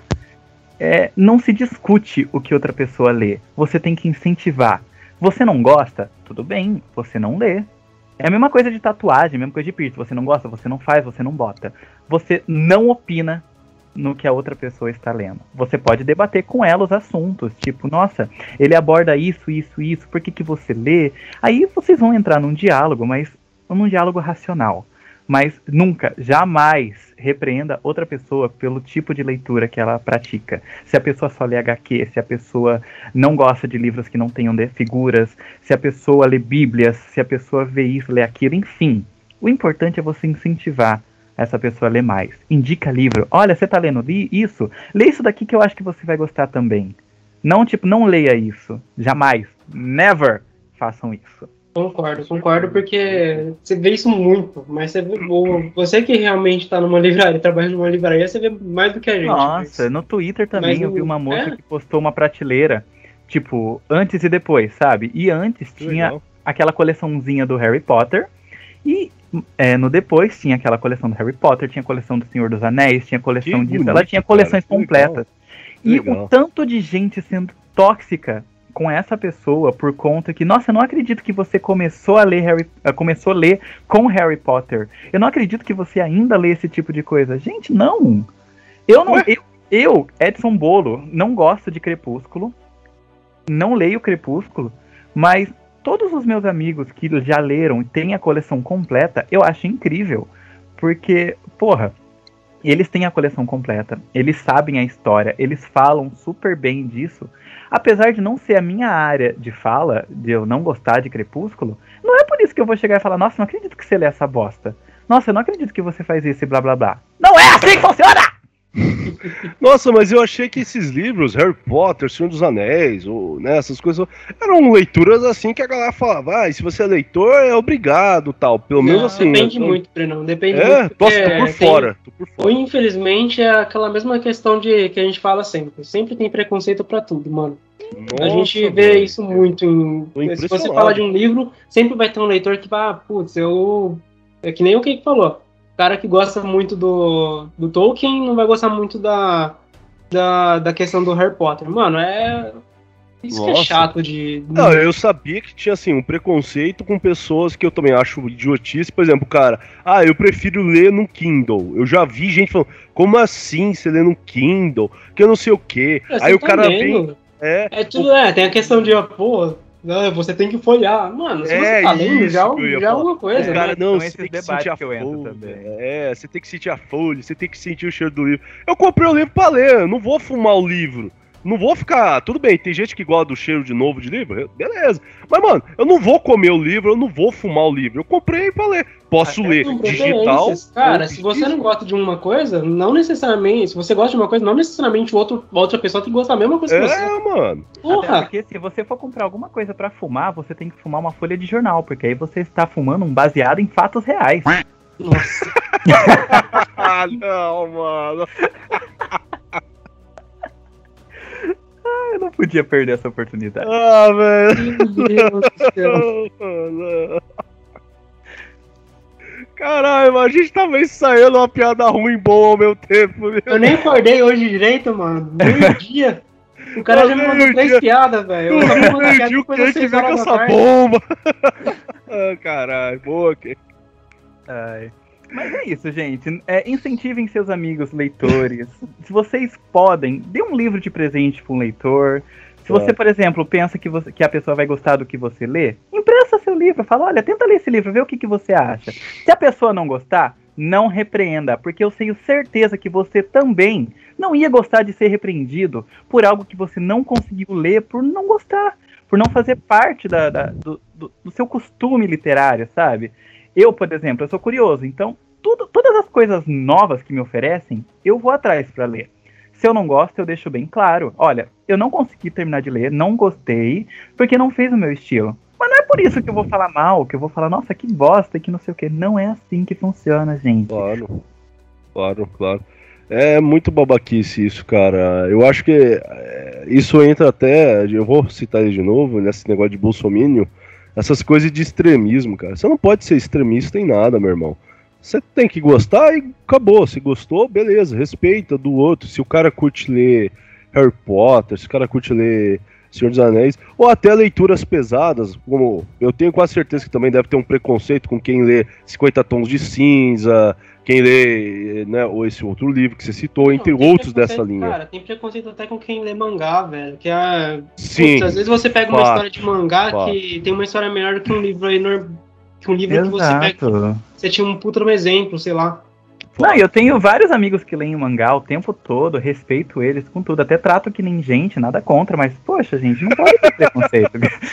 É, não se discute o que outra pessoa lê. Você tem que incentivar. Você não gosta? Tudo bem, você não lê. É a mesma coisa de tatuagem, a mesma coisa de piercing. Você não gosta, você não faz, você não bota. Você não opina no que a outra pessoa está lendo. Você pode debater com ela os assuntos, tipo, nossa, ele aborda isso, isso, isso, por que que você lê? Aí vocês vão entrar num diálogo, mas num diálogo racional. Mas nunca, jamais repreenda outra pessoa pelo tipo de leitura que ela pratica. Se a pessoa só lê H Q, se a pessoa não gosta de livros que não tenham de- figuras, se a pessoa lê bíblias, se a pessoa vê isso, lê aquilo, enfim. O importante é você incentivar essa pessoa a ler mais. Indica livro. Olha, você tá lendo li- isso? Lê isso daqui que eu acho que você vai gostar também. Não, tipo, não leia isso. Jamais. Never façam isso. Concordo, concordo, porque você vê isso muito, mas você vê, o- você que realmente tá numa livraria, trabalha numa livraria, você vê mais do que a gente. Nossa, mas- no Twitter também mas eu vi o- uma moça é. que postou uma prateleira, tipo, antes e depois, sabe? E antes Que tinha legal. aquela coleçãozinha do Harry Potter, e é, no depois tinha aquela coleção do Harry Potter, tinha a coleção do Senhor dos Anéis, tinha a coleção Que disso, bonito, ela tinha cara, coleções que legal. completas. Que E legal. o tanto de gente sendo tóxica com essa pessoa por conta que, nossa, eu não acredito que você começou a ler Harry, eh, começou a ler com Harry Potter. Eu não acredito que você ainda lê esse tipo de coisa. Gente, não. Eu não, Ué? eu, eu, Edson Bolo, não gosto de Crepúsculo. Não leio Crepúsculo, mas todos os meus amigos que já leram e têm a coleção completa, eu acho incrível. Porque, porra, eles têm a coleção completa, eles sabem a história, eles falam super bem disso. Apesar de não ser a minha área de fala, de eu não gostar de Crepúsculo, não é por isso que eu vou chegar e falar, nossa, não acredito que você lê essa bosta. Nossa, eu não acredito que você faz isso e blá blá blá. Não é assim que funciona! Nossa, mas eu achei que esses livros, Harry Potter, Senhor dos Anéis, ou, né, essas coisas, eram leituras assim que a galera falava, ah, e se você é leitor, é obrigado, tal. Pelo menos Não, assim. Depende eu, muito, Brenão. Depende é, muito. Tô, tô por fora. Tô por fora. Ou infelizmente é aquela mesma questão de que a gente fala sempre. Sempre tem preconceito pra tudo, mano. Nossa, a gente vê velho. isso muito em. Se você falar de um livro, sempre vai ter um leitor que vai, ah, putz, eu. É que nem o que falou. O cara que gosta muito do, do Tolkien não vai gostar muito da, da, da questão do Harry Potter. Mano, é. Isso que é chato de. Não, eu sabia que tinha assim um preconceito com pessoas que eu também acho idiotice. Por exemplo, cara, ah, eu prefiro ler no Kindle. Eu já vi gente falando, como assim você lê no Kindle? Que eu não sei o quê. É, Aí o tá cara lendo. vem. É, é tudo, é, tem a questão de, pô, você tem que folhear. Mano, se é você tá lendo, já, já é falar. uma coisa. O cara, né? não, São você tem que esses sentir a debates que eu entro folha. também. É, você tem que sentir a folha, você tem que sentir o cheiro do livro. Eu comprei o livro pra ler, eu não vou fumar o livro. Não vou ficar. Tudo bem, tem gente que gosta do cheiro de novo de livro, beleza. Mas, mano, eu não vou comer o livro, eu não vou fumar o livro. Eu comprei pra ler. Posso Até ler com digital. preferências. Cara, ou se você físico. não gosta de uma coisa, não necessariamente. Se você gosta de uma coisa, não necessariamente o outro, a outra pessoa tem que gostar da mesma coisa que você. É, mano. Até Porra! porque se você for comprar alguma coisa pra fumar, você tem que fumar uma folha de jornal, porque aí você está fumando um baseado em fatos reais. Nossa. Ah, não, mano. Eu não podia perder essa oportunidade. Ah, velho. Meu Deus do céu. Não. Caralho, mano, a gente tava ensaiando uma piada ruim boa ao meu tempo. Né? Eu nem acordei hoje direito, mano. Meio dia. O cara Mas já me mandou meio três dia. piadas, velho. Eu Eu tava mandando perdi piada o depois das que seis vem com horas da essa tarde. bomba. Ah, caralho, boa, que. Ai. Mas é isso, gente. É, incentivem seus amigos leitores. Se vocês podem, dê um livro de presente para um leitor. Se você, por exemplo, pensa que, você, que a pessoa vai gostar do que você lê, empresta seu livro. Fala, olha, tenta ler esse livro, vê o que, que você acha. Se a pessoa não gostar, não repreenda, porque eu tenho certeza que você também não ia gostar de ser repreendido por algo que você não conseguiu ler por não gostar, por não fazer parte da, da, do, do, do seu costume literário, sabe? Eu, por exemplo, eu sou curioso, então tudo, todas as coisas novas que me oferecem, eu vou atrás para ler. Se eu não gosto, eu deixo bem claro. Olha, eu não consegui terminar de ler, não gostei, porque não fez o meu estilo. Mas não é por isso que eu vou falar mal, que eu vou falar, nossa, que bosta, que não sei o que. Não é assim que funciona, gente. Claro, claro, claro. É muito babaquice isso, cara. Eu acho que é, isso entra até, eu vou citar ele de novo, nesse negócio de bolsomínio, essas coisas de extremismo, cara. Você não pode ser extremista em nada, meu irmão. Você tem que gostar e acabou. Se gostou, beleza, respeita do outro. Se o cara curte ler Harry Potter, se o cara curte ler Senhor dos Anéis, ou até leituras pesadas, como eu tenho quase certeza que também deve ter um preconceito com quem lê cinquenta Tons de Cinza, quem lê, né, ou esse outro livro que você citou, entre Não, tem outros dessa preconceito, linha. Cara, tem preconceito até com quem lê mangá, velho. Que é. Sim. Putz, às vezes você pega uma fato, história de mangá fato. que tem uma história melhor do que um livro aí, no... que um livro que você pega. Exato. Você tinha um puta no exemplo, sei lá. Não, eu tenho vários amigos que leem mangá o tempo todo, respeito eles com tudo, até trato que nem gente, nada contra, mas, poxa, gente, não pode ter preconceito.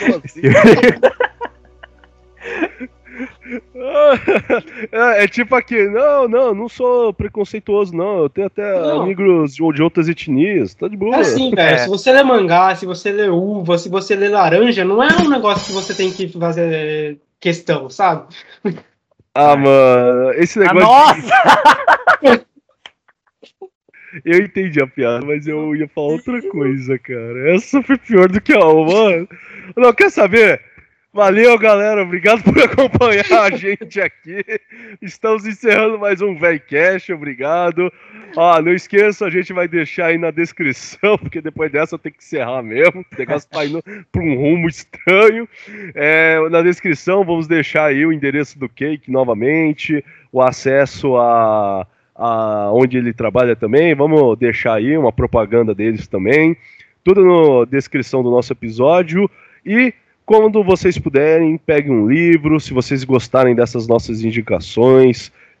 É, é tipo aqui, não, não, não sou preconceituoso, não. Eu tenho até Não. amigos de, de outras etnias, tá de boa. É assim, velho. É. Se você lê mangá, se você lê uva, se você lê laranja, não é um negócio que você tem que fazer questão, sabe? Ah, mano, esse Ah, negócio. nossa! Eu entendi a piada, mas eu ia falar outra coisa, cara. Essa foi pior do que a uma, mano. Não, quer saber? Valeu, galera. Obrigado por acompanhar a gente aqui. Estamos encerrando mais um VelhoCast. Obrigado. Ó, não esqueça, a gente vai deixar aí na descrição, porque depois dessa eu tenho que encerrar mesmo. O negócio tá indo para um rumo estranho. É, na descrição vamos deixar aí o endereço do Cake novamente, o acesso a, a onde ele trabalha também. Vamos deixar aí uma propaganda deles também. Tudo na descrição do nosso episódio. E quando vocês puderem, peguem um livro. Se vocês gostarem dessas nossas indicações,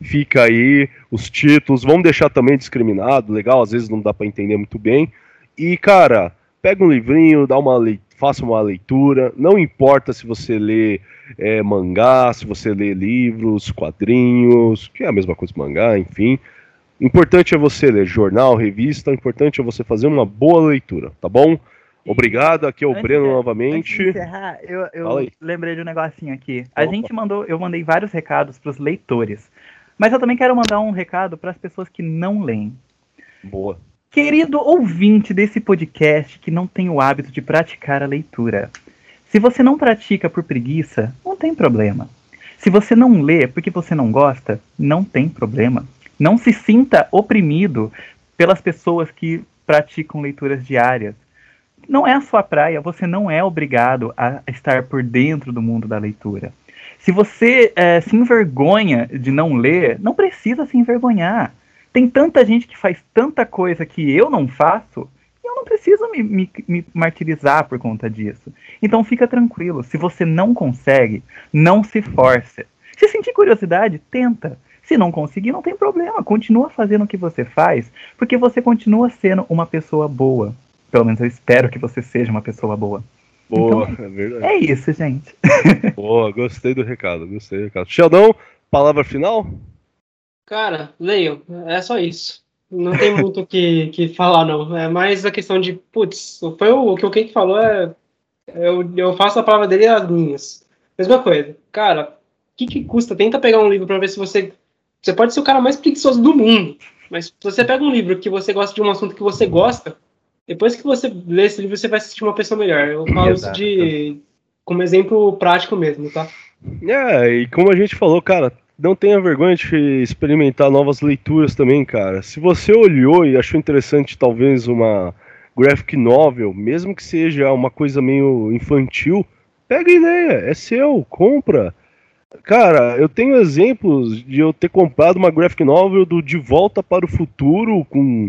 fica aí os títulos, vamos deixar também discriminado, legal, às vezes não dá pra entender muito bem. E, cara, pega um livrinho, dá uma leitura, faça uma leitura, não importa se você lê é, mangá, se você lê livros, quadrinhos, que é a mesma coisa que mangá, enfim. Importante é você ler jornal, revista, importante é você fazer uma boa leitura, tá bom? Obrigado, aqui é o Antes Breno de- novamente. Antes de encerrar, eu, eu Fala aí. lembrei de um negocinho aqui. A Opa. gente mandou, eu mandei vários recados pros leitores. Mas eu também quero mandar um recado para as pessoas que não leem. Boa. Querido ouvinte desse podcast que não tem o hábito de praticar a leitura, se você não pratica por preguiça, não tem problema. Se você não lê porque você não gosta, não tem problema. Não se sinta oprimido pelas pessoas que praticam leituras diárias. Não é a sua praia, você não é obrigado a estar por dentro do mundo da leitura. Se você é, se envergonha de não ler, não precisa se envergonhar. Tem tanta gente que faz tanta coisa que eu não faço, e eu não preciso me, me, me martirizar por conta disso. Então fica tranquilo, se você não consegue, não se force. Se sentir curiosidade, tenta. Se não conseguir, não tem problema, continua fazendo o que você faz, porque você continua sendo uma pessoa boa. Pelo menos eu espero que você seja uma pessoa boa. Boa, Então, é verdade. É isso, gente. Boa, gostei do recado, gostei do recado. Sheldon, palavra final? Cara, leiam, é só isso. Não tem muito o que, que falar, não. É mais a questão de, putz, foi o, o que o Kate falou, é, eu, eu faço a palavra dele as minhas. Mesma coisa. Cara, o que, que custa? Tenta pegar um livro pra ver se você... Você pode ser o cara mais preguiçoso do mundo, mas se você pega um livro que você gosta de um assunto que você gosta, depois que você lê esse livro, você vai se sentir uma pessoa melhor. Eu falo Exato. isso de, como exemplo prático mesmo, tá? É, e como a gente falou, cara, não tenha vergonha de experimentar novas leituras também, cara. Se você olhou e achou interessante talvez uma graphic novel, mesmo que seja uma coisa meio infantil, pega a ideia, é seu, compra. Cara, eu tenho exemplos de eu ter comprado uma graphic novel do De Volta para o Futuro com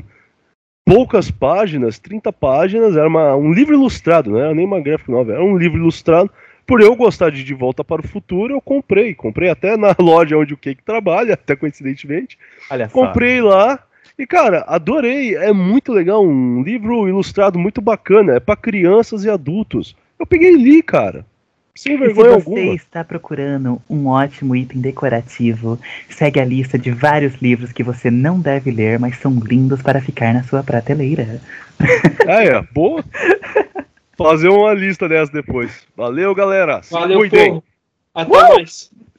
poucas páginas, trinta páginas, era uma, um livro ilustrado, não era nem uma graphic novel, era um livro ilustrado. Por eu gostar de De Volta para o Futuro, eu comprei. Comprei até na loja onde o Cake trabalha, até coincidentemente. Olha só. Comprei lá e, cara, adorei. É muito legal, um livro ilustrado muito bacana. É para crianças e adultos. Eu peguei e li, cara. Sem E se vergonha você alguma. está procurando um ótimo item decorativo, segue a lista de vários livros que você não deve ler, mas são lindos para ficar na sua prateleira. Ah, é, boa. Fazer uma lista dessa depois. Valeu, galera. Se Valeu, cuidem. povo. Até Uh! mais.